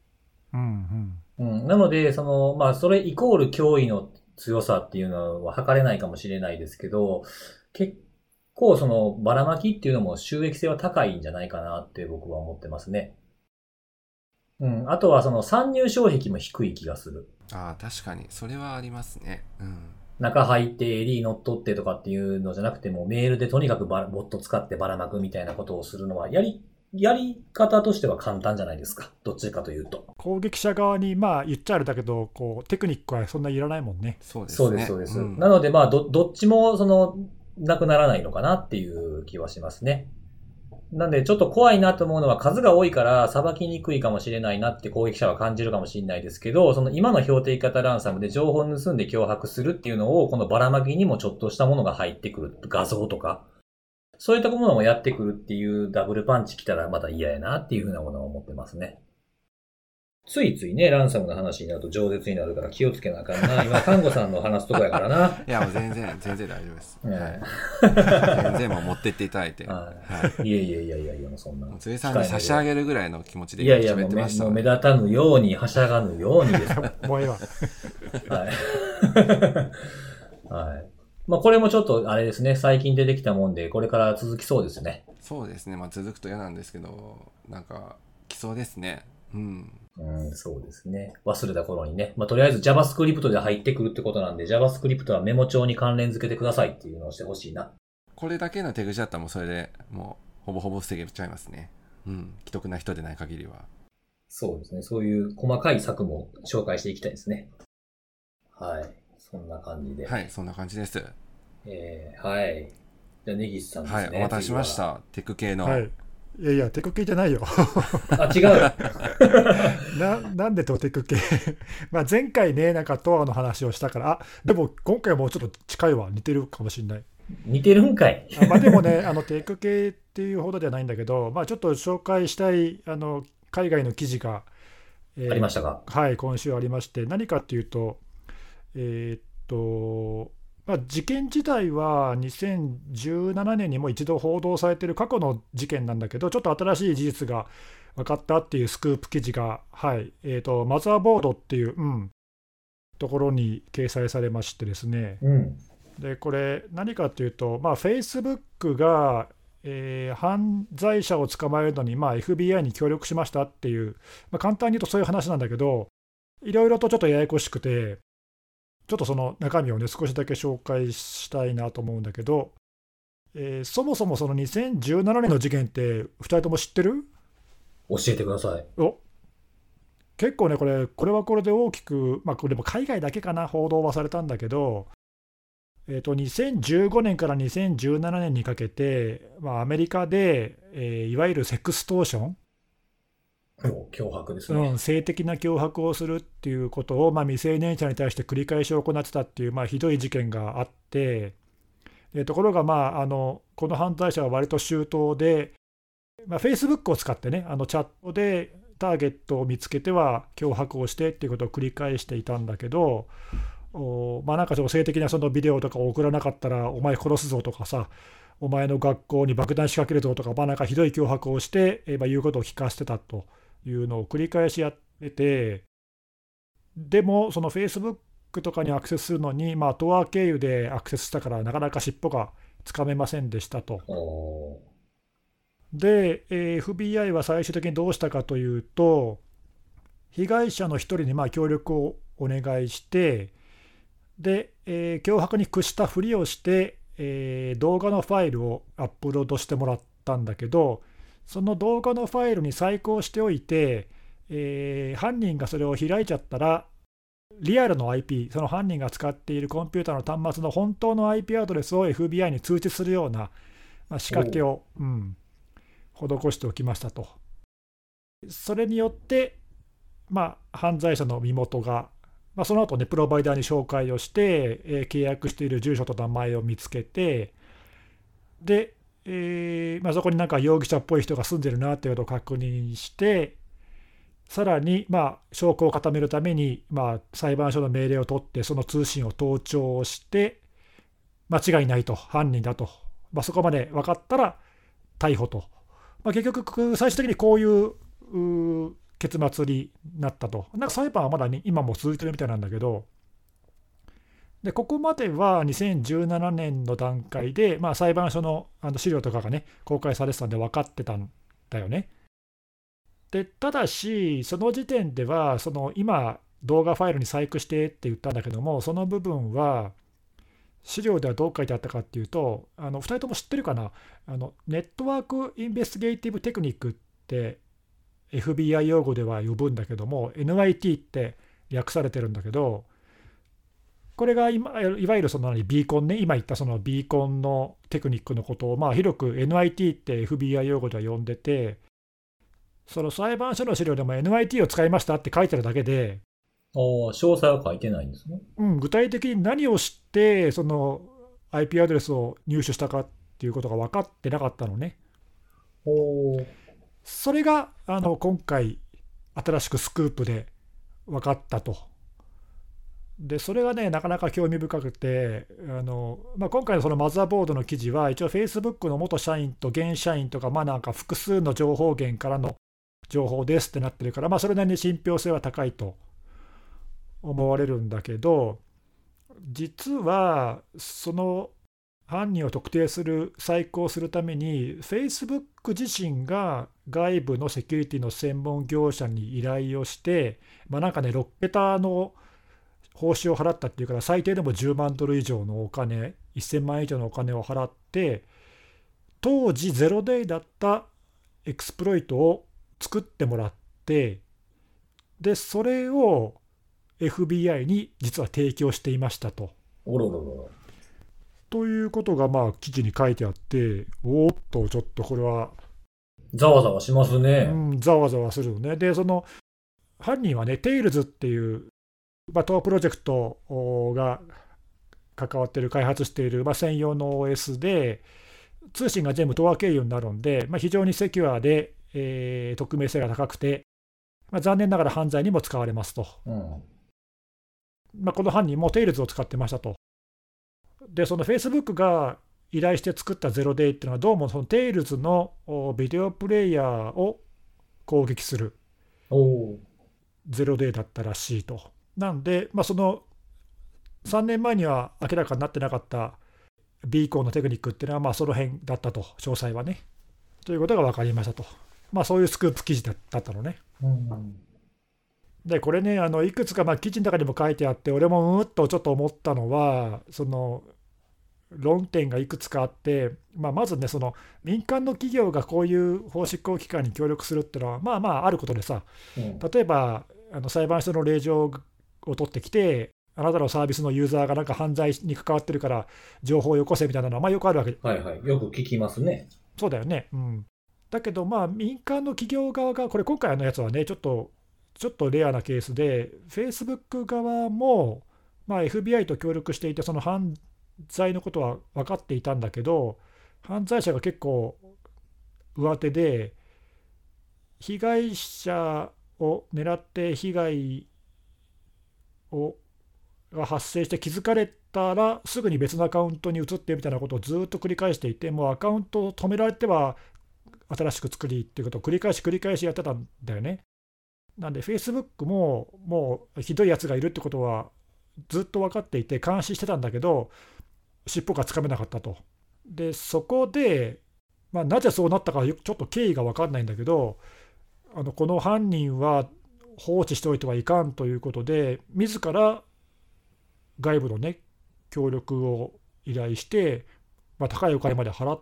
なので、まあ、それイコール脅威の強さっていうのは測れないかもしれないですけど、結構ばらまきっていうのも収益性は高いんじゃないかなって僕は思ってますね。あとは参入障壁も低い気がする。 ああ、確かに。それはありますね。 中入って AD 乗っ取ってとかっていうのじゃなくても、メールでとにかくボット使ってばらまくみたいなことをするのは、やり方としては簡単じゃないですか。どっちかというと。 攻撃者側にまあ言っちゃあれだけど、こうテクニックはそんないらないもんね。 そうですね。 そうです。なのでまあどっちもなくならないのかなっていう気はしますね。なんでちょっと怖いなと思うのは数が多いから裁きにくいかもしれないなって攻撃者は感じるかもしれないですけど、今の標的型ランサムで情報を盗んで脅迫するっていうのをこのばらまきにもちょっとしたものが入ってくる。画像とか。そういったものもやってくるっていうダブルパンチ来たらまた嫌やなっていうふうなものを思ってますね。ついついね、ランサムの話になると饒舌になるから気をつけなあかんな。今、看護さんの話すとこやからな。 いや、もう全然大丈夫です。全然もう持ってっていただいて。 いや、もうそんな。 つえさんに差し上げるぐらいの気持ちで喋ってました。もう目立たぬように、はしゃがぬようにです。 もういいわ。 はい。まあこれもちょっとあれですね、最近出てきたもんで、これから続きそうですね。 そうですね。まあ続くと嫌なんですけど、なんか、来そうですね。 そうですね。忘れた頃にね。まあ、とりあえず JavaScript で入ってくるってことなんで、JavaScript はメモ帳に関連付けてくださいっていうのをしてほしいな。 これだけの手口だったらもうそれでもうほぼほぼ防げちゃいますね。既得な人でない限りは。 そうですね。そういう細かい策も紹介していきたいですね。はい。そんな感じで。 はい、そんな感じです。 はい。じゃあ、根岸さんですね。 はい、お待たせしました。テック系の。 はい。いやテク系じゃないよ。 違う。 なんでとテク系まあ前回ね、なんかトアの話をしたから、でも今回もちょっと近いわ、似てるかもしれない。 似てるんかい。 まあでもね、テク系っていうほどではないんだけど、まあちょっと紹介したい海外の記事が、 ありましたか。 はい、今週ありまして、何かっていうと、まあ、事件自体は2017年にも一度報道されている過去の事件なんだけど、ちょっと新しい事実が分かったっていうスクープ記事が、はい、マザーボードっていう、ところに掲載されましてですね、でこれ何かというと、まあ、Facebook が、犯罪者を捕まえるのに、まあ、FBI に協力しましたっていう、まあ、簡単に言うとそういう話なんだけど、いろいろとちょっとややこしくて、ちょっとその中身をね、少しだけ紹介したいなと思うんだけど、そもそもその2017年の事件って2人とも知ってる？ 教えてください。 結構ね、これはこれで大きく、まあこれも海外だけかな、報道はされたんだけど、2015年から2017年にかけて、まあ、アメリカで、いわゆるセクストーション、 脅迫ですね。 性的な脅迫をするっていうことを、まあ、未成年者に対して繰り返し行ってたっていう、まあ、ひどい事件があって、ところが、まあ、この犯罪者は割と周到で、まあ、Facebook を使ってね、チャットでターゲットを見つけては脅迫をしてっていうことを繰り返していたんだけど、まあ、なんか性的なそのビデオとかを送らなかったらお前殺すぞとかさ、お前の学校に爆弾仕掛けるぞとか、まあ、なんかひどい脅迫をして、言うことを聞かせてたというのを繰り返しやってて、でもその Facebook とかにアクセスするのに、まあ、トア経由でアクセスしたからなかなか尻尾がつかめませんでしたと。 で、FBI は最終的にどうしたかというと、被害者の一人に協力をお願いして、で、脅迫に屈したふりをして、動画のファイルをアップロードしてもらったんだけど、その動画のファイルに細工をしておいて、犯人がそれを開いちゃったら、リアルの IP、その犯人が使っているコンピューターの端末の本当の IP アドレスを FBI に通知するような、仕掛けを、施しておきましたと。それによって、犯罪者の身元が、その後ね、プロバイダーに紹介をして、契約している住所と名前を見つけて、で、そこになんか容疑者っぽい人が住んでるなっていうことを確認して、さらに証拠を固めるために、裁判所の命令を取って、その通信を盗聴して、間違いないと、犯人だと、そこまで分かったら逮捕と。結局、最終的にこういう結末になったと。なんか裁判はまだ、今も続いてるみたいなんだけど、でここまでは2017年の段階で、裁判所の資料とかがね、公開されてたんで分かってたんだよね。でただし、その時点では、今、動画ファイルに細工してって言ったんだけども、その部分は、資料ではどう書いてあったかっていうと、2人とも知ってるかな、ネットワークインベスティゲーティブテクニックって FBI 用語では呼ぶんだけども、NIT って略されてるんだけど、これがいわゆるビーコンね、今言ったそのビーコンのテクニックのことを、広く NIT って FBI 用語では呼んでて、その裁判所の資料でも NIT を使いましたって書いてるだけで、 詳細は書いてないんですね。 具体的に何を知ってその IP アドレスを入手したかっていうことが分かってなかったのね。それが今回新しくスクープで分かったと。でそれがね、なかなか興味深くて、今回のそのマザーボードの記事は一応 Facebook の元社員と現社員とか、なんか複数の情報源からの情報ですってなってるから、それなりに信憑性は高いと思われるんだけど、実はその犯人を特定する細工をするために Facebook 自身が外部のセキュリティの専門業者に依頼をして、なんかね6桁の報酬を払ったっていうから、最低でも10万ドル以上のお金、1000万以上のお金を払って、当時ゼロデイだったエクスプロイトを作ってもらって、でそれを FBI に実は提供していましたと。ということが記事に書いてあって、おっとちょっとこれはざわざわしますね。 ざわざわするよね。でその犯人はね、テイルズっていうTorプロジェクトが関わっている、開発している専用の OS で、通信が全部 Tor 経由になるんで、非常にセキュアで、匿名性が高くて、残念ながら犯罪にも使われますと。この犯人も Tails を使ってましたと。で、その Facebook が依頼して作ったゼロデイっていうのは、どうもその Tails のビデオプレイヤーを攻撃するゼロデイだったらしいと。なんで、その3年前には明らかになってなかったビーコンのテクニックっていうのは、その辺だったと、詳細はね。ということが分かりましたと。そういうスクープ記事だったのね。で、これね、いくつか記事の中にも書いてあって、俺もっとちょっと思ったのは、その論点がいくつかあって、まずね、その民間の企業がこういう法執行機関に協力するっていうのは、あることでさ、例えば裁判所の令状を取ってきて、あなたのサービスのユーザーがなんか犯罪に関わってるから情報をよこせみたいなのはよくあるわけ。 よく聞きますね。 そうだよね。だけど民間の企業側が、これ今回のやつはね、ちょっとレアなケースで、Facebook 側もFBI と協力していて、その犯罪のことは分かっていたんだけど、犯罪者が結構上手で、被害者を狙って被害が発生して気づかれたらすぐに別のアカウントに移ってみたいなことをずっと繰り返していて、もうアカウントを止められては新しく作りっていうことを繰り返しやってたんだよね。なんで Facebook ももうひどいやつがいるってことはずっと分かっていて監視してたんだけど、尻尾がつかめなかったと。でそこでなぜそうなったかちょっと経緯が分かんないんだけど、この犯人は放置しておいてはいかんということで、自ら外部のね、協力を依頼して、高いお金まで払って、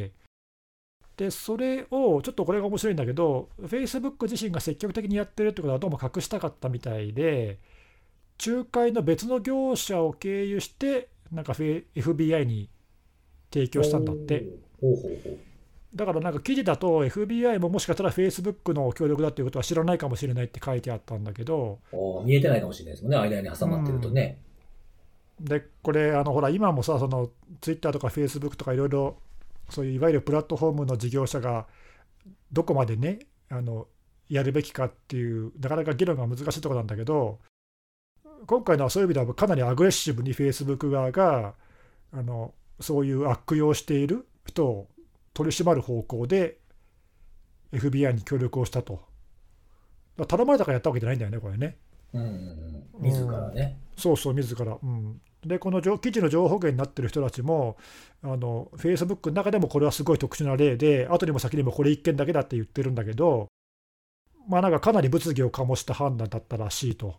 で、それを、ちょっとこれが面白いんだけど、Facebook 自身が積極的にやってるってことはどうも隠したかったみたいで、仲介の別の業者を経由して、なんかFBI に提供したんだって。 ほうほうほう。 だからなんか記事だと FBI ももしかしたら Facebook の協力だっていうことは知らないかもしれないって書いてあったんだけど、 見えてないかもしれないですもんね、間に挟まってるとね。 でこれほら今もさ、その Twitter とか Facebook とかいろいろそういういわゆるプラットフォームの事業者がどこまでねやるべきかっていうなかなか議論が難しいところなんだけど、今回のはそういう意味ではかなりアグレッシブに Facebook 側がそういう悪用している人を取り締まる方向で FBI に協力をしたと。頼まれたからやったわけじゃないんだよね、これね。 自らね。 そうそう、自ら。で、この記事の情報源になってる人たちも、Facebook の中でもこれはすごい特殊な例で、後にも先にもこれ一件だけだって言ってるんだけど、なんかかなり物議を醸した判断だったらしいと。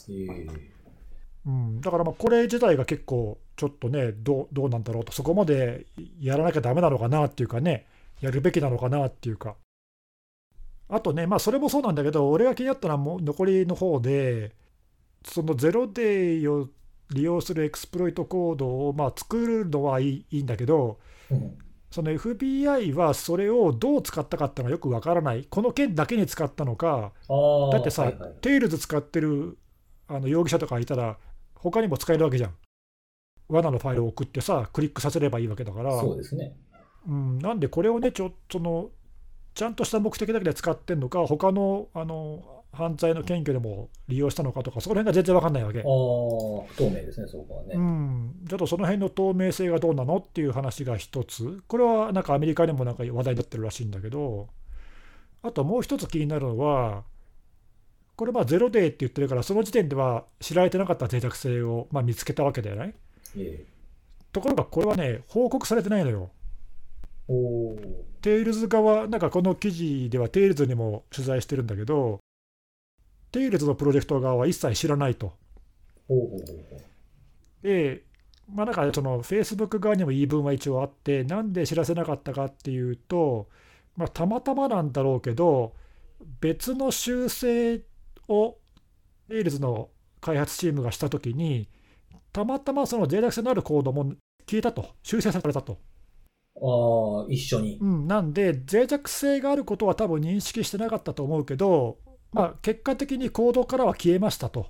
だからこれ自体が結構ちょっとね、どうなんだろうと、そこまでやらなきゃダメなのかなっていうかね、やるべきなのかなっていうか。あとね、それもそうなんだけど、俺が気になったのはもう残りの方で、そのゼロデイを利用するエクスプロイトコードを作るのはいいんだけど、その FBI はそれをどう使ったかっていうのがよくわからない。この件だけに使ったのか、だってさ、テイルズ使ってる容疑者とかいたら、他にも使えるわけじゃん。罠のファイルを送ってさ、クリックさせればいいわけだから。 そうですね。 なんでこれをね、ちゃんとした目的だけで使ってんのか、他の犯罪の検挙でも利用したのかとか、そこら辺が全然分かんないわけ。 不透明ですね、そこはね。 ちょっとその辺の透明性がどうなのっていう話が一つ、これはなんかアメリカでもなんか話題になってるらしいんだけど、あともう一つ気になるのは、これゼロデイって言ってるから、その時点では知られてなかった脆弱性を見つけたわけだよね。ところがこれはね、報告されてないのよ。テイルズ側、なんかこの記事ではテイルズにも取材してるんだけど、テイルズのプロジェクト側は一切知らないと。で、なんかその Facebook 側にも言い分は一応あって、なんで知らせなかったかっていうと、たまたまなんだろうけど、別の修正をテイルズの開発チームがしたときに、たまたまその脆弱性のあるコードも消えたと、修正されたと。 一緒に。 なんで、脆弱性があることは多分認識してなかったと思うけど、結果的にコードからは消えましたと。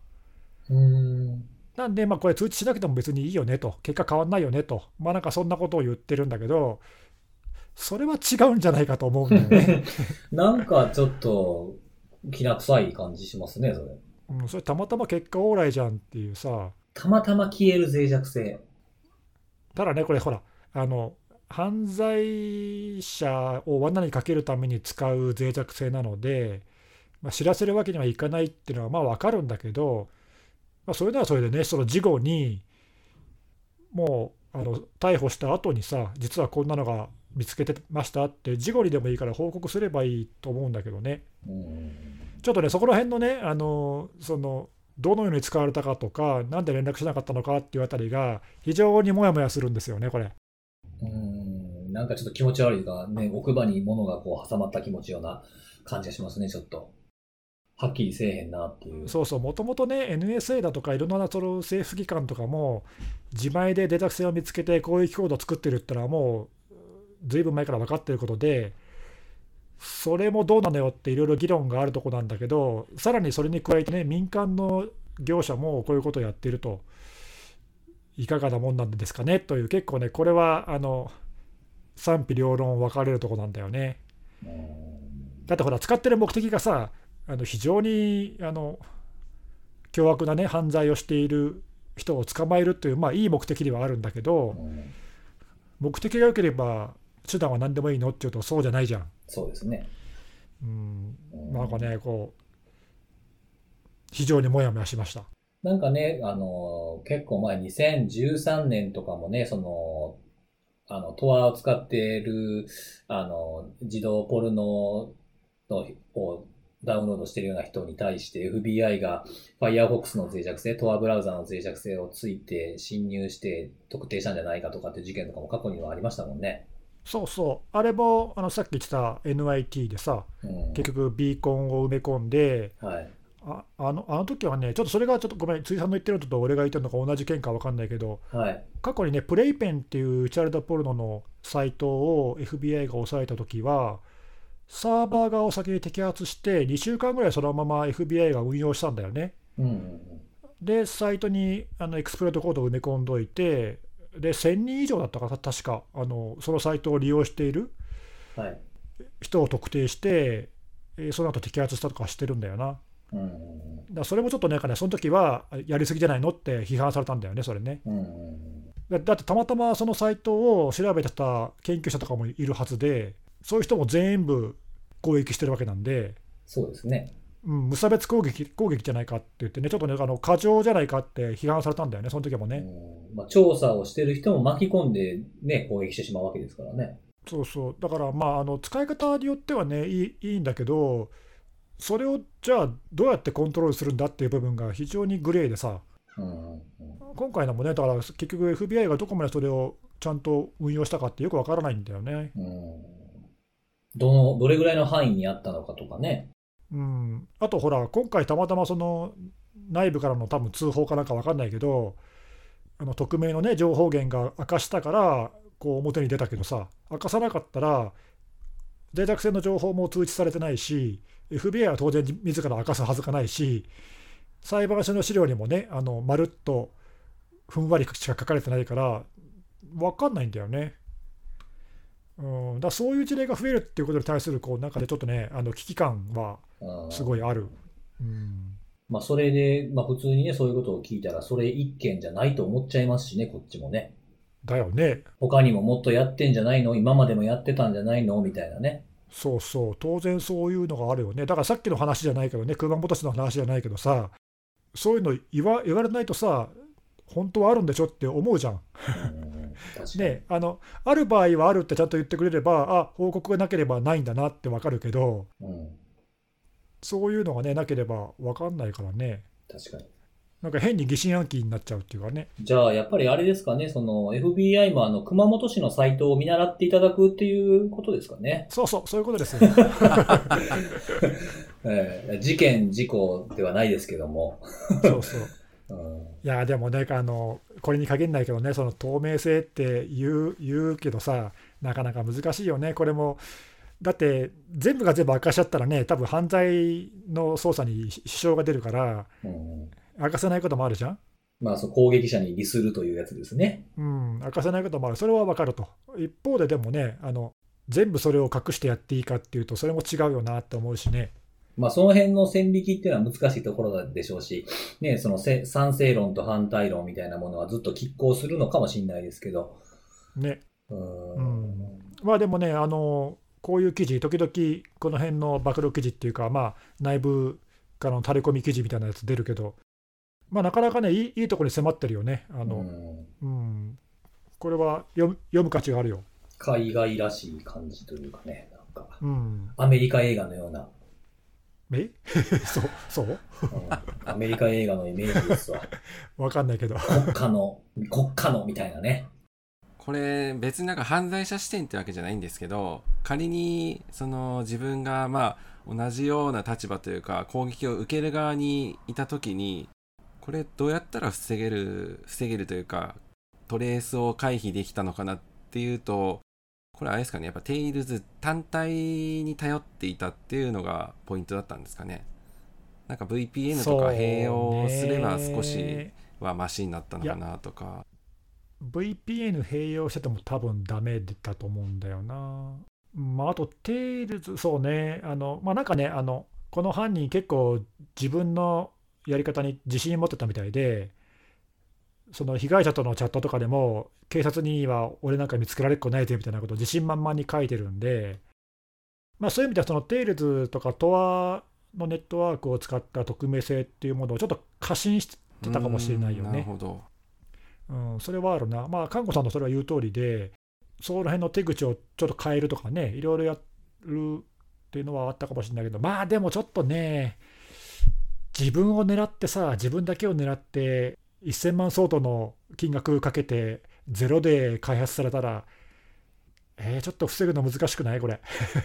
なんで、これ通知しなくても別にいいよねと、結果変わんないよねと、なんかそんなことを言ってるんだけど、それは違うんじゃないかと思うんだよね。 なんかちょっと、きな臭い感じしますね、それ。 それたまたま結果オーライじゃんっていうさ。 たまたま消える脆弱性。 ただね、これほら、犯罪者を罠にかけるために使う脆弱性なので、知らせるわけにはいかないっていうのは分かるんだけど、それならそれでね、その事後にもう逮捕した後にさ、実はこんなのが見つけてましたって事後にでもいいから報告すればいいと思うんだけどね。ちょっとね、そこら辺のね、どのように使われたかとか、なんで連絡しなかったのかっていうあたりが非常にモヤモヤするんですよね、これ。 なんかちょっと気持ち悪いがね、奥歯に物がこう挟まった気持ちような感じがしますね、ちょっと。はっきりせえへんなっていう。 そうそう、もともとね、NSA だとかいろんなその政府機関とかも、自前で脆弱性を見つけて攻撃コードを作ってるってのはもう、ずいぶん前から分かっていることで、それもどうなのよっていろいろ議論があるとこなんだけど、さらにそれに加えてね、民間の業者もこういうことをやっていると、いかがなもんなんですかねという、結構ね、これは賛否両論分かれるとこなんだよね。だってほら、使ってる目的がさ、非常に凶悪なね、犯罪をしている人を捕まえるという、いい目的ではあるんだけど、目的が良ければ手段は何でもいいのっていうとそうじゃないじゃん。 そうですね。 なんかね、こう非常にモヤモヤしました。 なんかね、結構前2013年とかもね、 Tor を使っている、自動ポルノのをダウンロードしているような人に対して FBI が Firefox の脆弱性、Tor ブラウザの脆弱性をついて侵入して特定したんじゃないかとかっていう事件とかも過去にはありましたもんね。 そうそう、あれもさっき言ってた NIT でさ、結局ビーコンを埋め込んで、 はい。 あの時はね、ちょっとそれがちょっとごめん、辻さんの言ってるのと俺が言ってるのが同じ件か分かんないけど、 はい。 過去にね、プレイペンっていうチャイルドポルノのサイトを FBI が押さえた時は、サーバー側を先に摘発して、2週間ぐらいそのまま FBI が運用したんだよね。 うん。 で、サイトにエクスプロイトコードを埋め込んどいて、で、1000人以上だったかな、確か、そのサイトを利用しているはい。 人を特定して、その後摘発したとかしてるんだよな。だかうん。 らそれもちょっとなんかね、その時はやりすぎじゃないのって批判されたんだよね、それね。 うん。 だってたまたまそのサイトを調べてた研究者とかもいるはずで、そういう人も全部攻撃してるわけなんで、 そうですね。 無差別攻撃じゃないかって言ってね、ちょっとね、過剰じゃないかって批判されたんだよね、その時もね。 まあ、調査をしてる人も巻き込んでね、攻撃してしまうわけですからね。 そうそう、だからまあ、使い方によってはね、いいんだけど、それをじゃあどうやってコントロールするんだっていう部分が非常にグレーでさ、 うん。 今回のもね、だから結局 FBI がどこまでそれをちゃんと運用したかってよくわからないんだよね。 どれぐらいの範囲にあったのかとかね。 あとほら、今回たまたまその内部からの多分通報かなんかわかんないけど、匿名のね、情報源が明かしたから、こう表に出たけどさ、明かさなかったら、脆弱性の情報も通知されてないし、FBI は当然自ら明かすはずがないし、裁判所の資料にもね、まるっとふんわりしか書かれてないから、分かんないんだよね。だからそういう事例が増えるっていうことに対するこうなんかね、ちょっとね、危機感はすごいある。 まあ、それで、まあ、普通にね、そういうことを聞いたら、それ一件じゃないと思っちゃいますしね、こっちもね。 だよね。 他にももっとやってんじゃないの、今までもやってたんじゃないのみたいなね。 そうそう、当然そういうのがあるよね。だからさっきの話じゃないけどね、熊本市の話じゃないけどさ、そういうの言われないとさ、本当はあるんでしょって思うじゃん。 確かに。 ね、ある場合はあるってちゃんと言ってくれれば、報告がなければないんだなってわかるけど、そういうのがね、なければわかんないからね。 確かに。 なんか変に疑心暗鬼になっちゃうっていうかね。 じゃあ、やっぱりあれですかね、その FBI も熊本市のサイトを見習っていただくっていうことですかね。 そうそう、そういうことですよ。 事件、事故ではないですけども。 そうそう。いやでもね、これに限らないけどね、その透明性って言うけどさ、なかなか難しいよね、これも。だって全部が全部明かしちゃったらね、多分犯罪の捜査に支障が出るから、明かせないこともあるじゃん。 まあ、攻撃者に利するというやつですね。 明かせないこともある、それは分かると。一方ででもね、全部それを隠してやっていいかっていうと、それも違うよなって思うしね。 まあ、その辺の線引きっていうのは難しいところでしょうし、ね、その賛成論と反対論みたいなものはずっと拮抗するのかもしれないですけど。 ね。まあでもね、こういう記事、時々この辺の暴露記事っていうか、まあ、内部からの垂れ込み記事みたいなやつ出るけど、まあ、なかなかね、いいところに迫ってるよね。これは読む価値があるよ。 海外らしい感じというかね、なんか、 アメリカ映画のような。 そう、 アメリカ映画のイメージですわ。 わかんないけど。 国家のみたいなね。 これ別になんか犯罪者視点ってわけじゃないんですけど、仮にその自分がまあ同じような立場というか攻撃を受ける側にいた時に、これどうやったら防げるというかトレースを回避できたのかなっていうと、これあれですかね、やっぱテイルズ単体に頼っていたっていうのがポイントだったんですかね。なんか VPN とか併用すれば少しはマシになったのかなとか。 VPN 併用してても多分ダメだと思うんだよな。あとテイルズ、そうね、なんかね、この犯人結構自分のやり方に自信持ってたみたいで、その被害者とのチャットとかでも、警察には俺なんか見つけられっこないぜみたいなことを自信満々に書いてるんで、そういう意味ではそのテイルズとか Tor のネットワークを使った匿名性っていうものをちょっと過信してたかもしれないよね。 なるほど。 それはあるな。看護さんのそれは言う通りで、 その辺の手口をちょっと変えるとかね、いろいろやるっていうのはあったかもしれないけど、まあでもちょっとね、自分を狙ってさ、自分だけを狙って1000万相当の金額かけてゼロで開発されたら、ちょっと防ぐの難しくないこれ。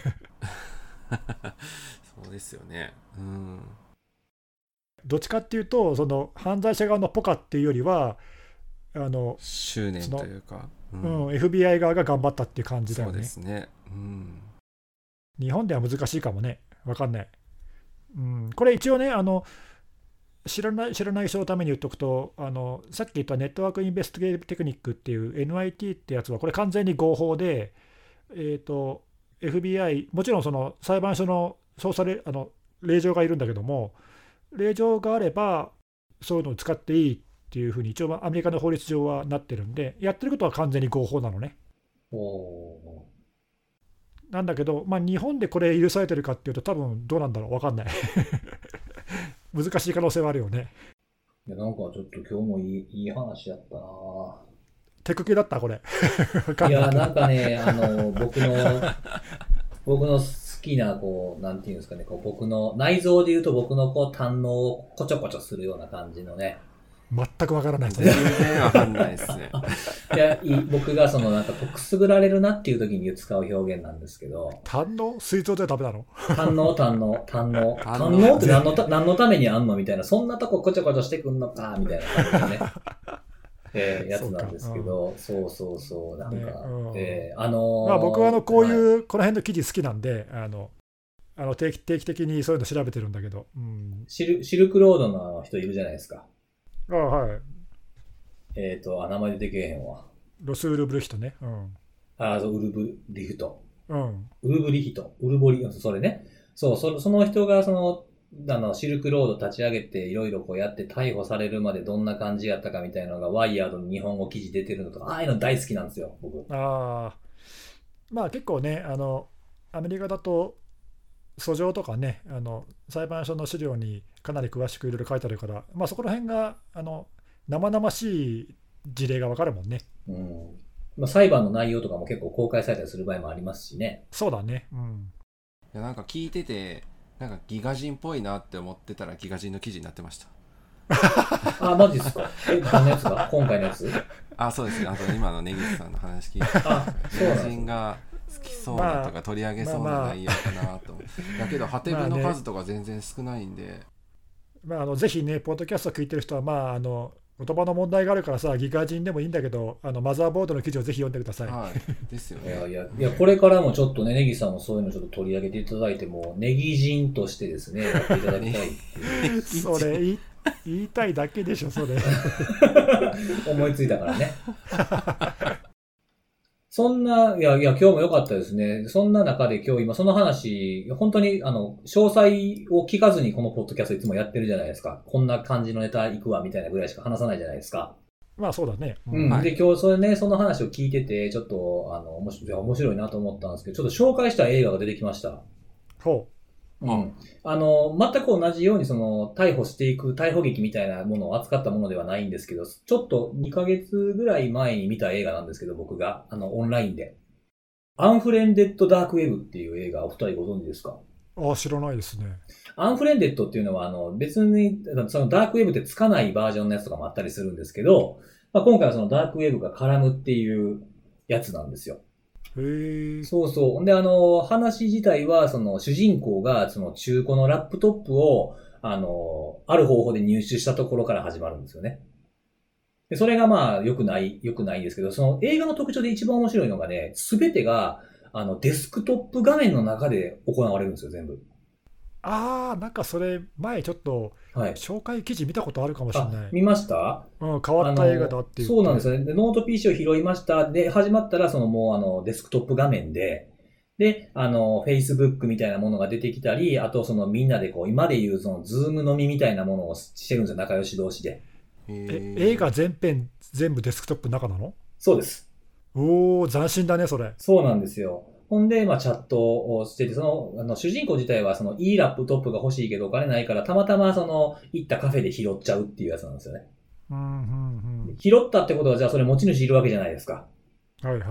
そうですよね。うん。 どっちかっていうと、その犯罪者側のポカっていうよりは、 執念というか、 FBI 側が頑張ったっていう感じだよね。 そうですね。うん。 日本では難しいかもね、わかんない。これ一応ね、知らない人のために言っておくと、さっき言ったネットワークインベスティゲーテクニックっていう NIT ってやつは、これ完全に合法で、FBI、もちろんその裁判所の捜査令状がいるんだけども、令状があれば、そういうのを使っていいっていうふうに、一応アメリカの法律上はなってるんで、やってることは完全に合法なのね。なんだけど、日本でこれ許されてるかっていうと、多分どうなんだろう、分かんない。難しい可能性はあるよね。 いや、なんかちょっと今日もいい話やったな。 手書きだったこれ。 いや、なんかね、僕の好きな、こう、なんていうんですかね、こう僕の、内臓で言うと僕のこう、胆のをこちょこちょするような感じのね。 全くわからないですね。 全然わかんないですね。 いや、僕がその、なんか、くすぐられるなっていう時に使う表現なんですけど。 胆の水槽でダメなの？ 胆のって何のためにあんのみたいな、そんなとここちょこちょしてくんのかみたいな感じのね。やつなんですけど、そう、なんか、 僕はこういう、この辺の記事好きなんで、定期的にそういうの調べてるんだけど、 シルクロードの人いるじゃないですか。 はい。 名前出てけえへんわ。 ロス・ウルブリヒトね。 そう、ウルブリヒト。 ウルブリヒト。それね。そう、その人が、シルクロード立ち上げて、いろいろこうやって逮捕されるまでどんな感じやったかみたいなのが、ワイヤードの日本語記事出てるのとか、ああいうの大好きなんですよ、僕。 結構ね、アメリカだと、訴状とかね、裁判所の資料にかなり詳しくいろいろ書いてあるから、そこら辺が生々しい事例がわかるもんね。 裁判の内容とかも結構公開されたりする場合もありますしね。 そうだね。 いや、なんか聞いてて、なんかギガ人っぽいなって思ってたらギガ人の記事になってました。 マジっすか？何のやつか？今回のやつ？ そうですね。今の根岸さんの話聞いて、ギガ人が好きそうなとか取り上げそうな内容かなと思う。だけど、ハテブの数とか全然少ないんで。 ぜひね、ポッドキャスト聞いてる人は、言葉の問題があるからさ、ギガ人でもいいんだけど、マザーボードの記事をぜひ読んでください。 はい。ですよね。 いや、これからもちょっとね、ネギさんもそういうのちょっと取り上げていただいても、ネギ人としてですね、やっていただきたいっていう。 それ言いたいだけでしょ、それ。 思いついたからね。そんな、いや、今日も良かったですね。そんな中で今日その話、本当に、詳細を聞かずにこのポッドキャストいつもやってるじゃないですか。こんな感じのネタ行くわ、みたいなぐらいしか話さないじゃないですか。 そうだね。 で、今日その話を聞いてて、ちょっと、面白いなと思ったんですけど、ちょっと紹介した映画が出てきました。全く同じように逮捕していく逮捕劇みたいなものを扱ったものではないんですけど、ちょっと2ヶ月ぐらい前に見た映画なんですけど、僕が、オンラインで。アンフレンデッド・ダーク・ウェブっていう映画、お二人ご存知ですか？ 知らないですね。 アンフレンデッドっていうのは、別に、そのダークウェブってつかないバージョンのやつとかもあったりするんですけど、今回はそのダークウェブが絡むっていうやつなんですよ。そう。で、話自体は、主人公が、中古のラップトップを、ある方法で入手したところから始まるんですよね。で、それが良くないんですけど、その映画の特徴で一番面白いのがね、すべてが、デスクトップ画面の中で行われるんですよ、全部。 なんかそれ、前ちょっと、紹介記事見たことあるかもしれない。 見ました？ 変わった映画だっていう。 そうなんですよね。で、ノート PC を拾いました。で、始まったら、もうデスクトップ画面で、Facebook みたいなものが出てきたり、あとみんなで今でいうズーム飲みみたいなものをしてるんですよ、仲良し同士で。 映画全編全部デスクトップの中なの？ そうです。 斬新だね、それ。 そうなんですよ。ほんで、チャットをしてて、主人公自体は、いいラップトップが欲しいけどお金ないから、たまたま行ったカフェで拾っちゃうっていうやつなんですよね。拾ったってことは、じゃあそれ持ち主いるわけじゃないですか。 はいはい。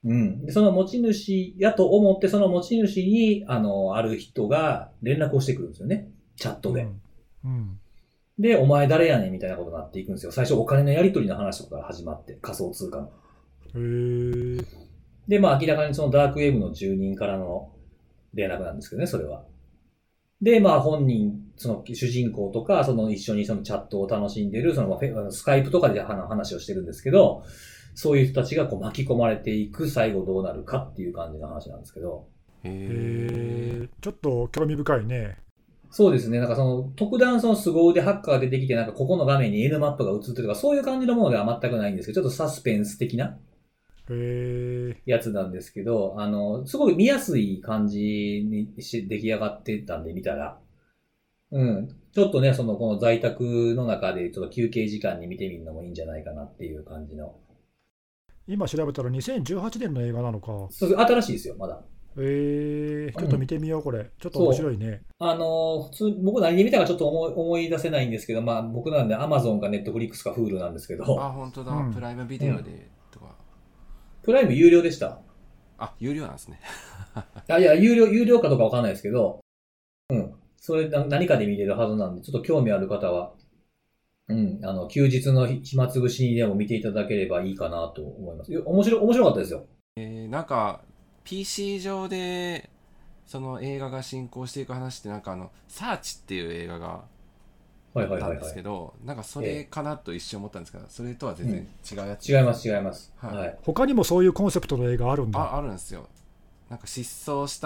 うん。で、その持ち主やと思って、その持ち主に、ある人が連絡をしてくるんですよね。チャットで。 うんで、お前誰やねんみたいなことになっていくんですよ。最初お金のやり取りの話とかから始まって、仮想通貨の。 へー。 で、まあ明らかにそのダークウェブの住人からの連絡なんですけどね、それは。で、まあ本人、その主人公とか、その一緒にそのチャットを楽しんでる、そのスカイプとかで話をしてるんですけど、そういう人たちがこう巻き込まれていく、最後どうなるかっていう感じの話なんですけど。 へー。ちょっと興味深いね。 そうですね。なんかその特段その凄腕ハッカーが出てきて、なんかここの画面に N マップが映ってるとか、そういう感じのものでは全くないんですけど、ちょっとサスペンス的なへー。 やつなんですけど、すごく見やすい感じに出来上がってたんで見たら、うん。ちょっとね、この在宅の中でちょっと休憩時間に見てみるのもいいんじゃないかなっていう感じの。 今調べたら2018年の映画なのか。 そう新しいですよ、まだ。 ちょっと見てみよう、これ。ちょっと面白いね。 普通、僕何で見たかちょっと思い出せないんですけど、まあ僕なんで Amazon か Netflix か Hulu なんですけど。 あ、本当だ。 うんプライムビデオでとか。 プライム有料でした。 あ、有料なんですね。 いや、有料かどうかわかんないですけど、うん。それ何かで見れるはずなんで、ちょっと興味ある方は、うん。休日の暇つぶしにでも見ていただければいいかなと思います。面白かったですよ。 なんか、PC 上で、その映画が進行していく話って、なんかサーチっていう映画があったんですけど、なんかそれかなと一瞬思ったんですけど、それとは全然違うやつ。 違います。 はい。 他にもそういうコンセプトの映画あるんだ。 あるんですよ。なんか失踪した、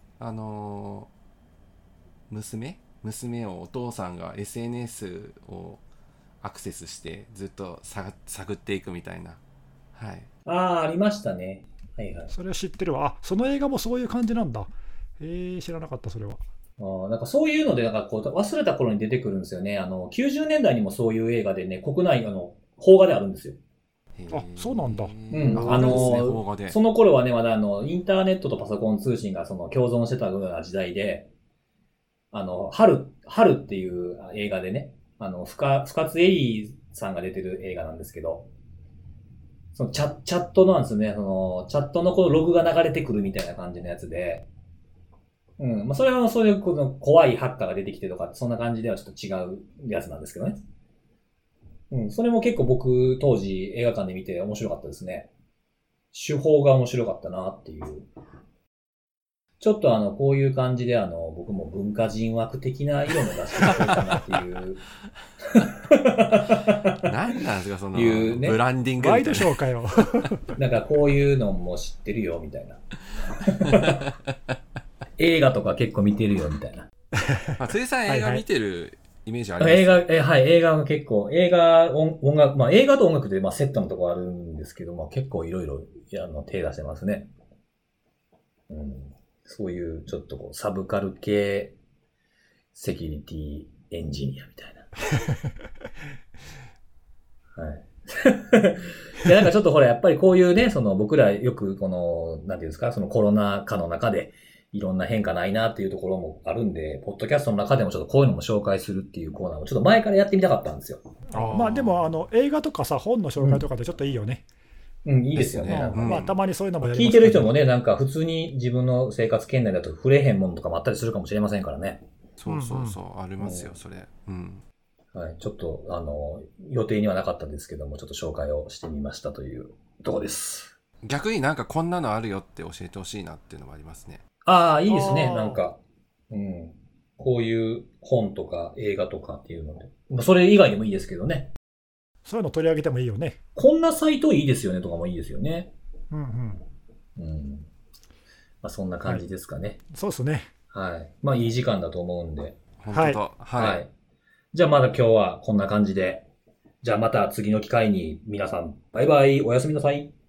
娘をお父さんが SNS をアクセスしてずっと探っていくみたいな。はい。 ありましたね。はいはい。 それは知ってるわ。あ、その映画もそういう感じなんだ。知らなかった、それは。 なんかそういうので、なんかこう、忘れた頃に出てくるんですよね。90年代にもそういう映画でね、国内、邦画であるんですよ。 あ、そうなんだ。 うん。 あるんですね、邦画で。 その頃はね、まだインターネットとパソコン通信が共存してたような時代で、春っていう映画でね、深津絵里さんが出てる映画なんですけど、そのチャットなんですね。チャットのこのログが流れてくるみたいな感じのやつで、うん。まあ、それはそういうこの怖いハッカーが出てきてとか、そんな感じではちょっと違うやつなんですけどね。うん。それも結構僕、当時映画館で見て面白かったですね。手法が面白かったなっていう。ちょっとこういう感じで僕も文化人枠的な色も出していこうかなっていう。 何なんですか、その、 いうねブランディングワイみたいな。 ドショーかよ。 なんかこういうのも知ってるよ、みたいな。映画とか結構見てるよ、みたいな。 辻さん映画見てるイメージあります映画が結構、音楽、まあ映画と音楽でセットのところあるんですけど、まあ結構いろいろ手出してますね。うん。そういうちょっとこうサブカル系セキュリティエンジニアみたいな。はい。で、なんかちょっとほら、やっぱりこういうね、僕らよくなんていうんですか、コロナ禍の中でいろんな変化ないなっていうところもあるんで、ポッドキャストの中でもちょっとこういうのも紹介するっていうコーナーをちょっと前からやってみたかったんですよ。 まあでも映画とかさ、本の紹介とかでちょっといいよね。 うん、いいですよね。 まあたまにそういうのもやり聞いますからね。 てる人もね、なんか普通に自分の生活圏内だと触れへんものとかもあったりするかもしれませんからね。 そう、ありますよ、それ。うん。 はい。ちょっと、予定にはなかったんですけども、ちょっと紹介をしてみましたというところです。 逆になんかこんなのあるよって教えてほしいなっていうのもありますね。 いいですね。なんか、うん。こういう本とか映画とかっていうので。まあ、それ以外でもいいですけどね。 そういうの取り上げてもいいよね。 こんなサイトいいですよねとかもいいですよね。 うんうん。 まあ、そんな感じですかね。 そうですね。 はい。まあ、いい時間だと思うんで。 本当だ。 はい。じゃあまだ今日はこんな感じで。じゃあまた次の機会に皆さん、バイバイ、おやすみなさい。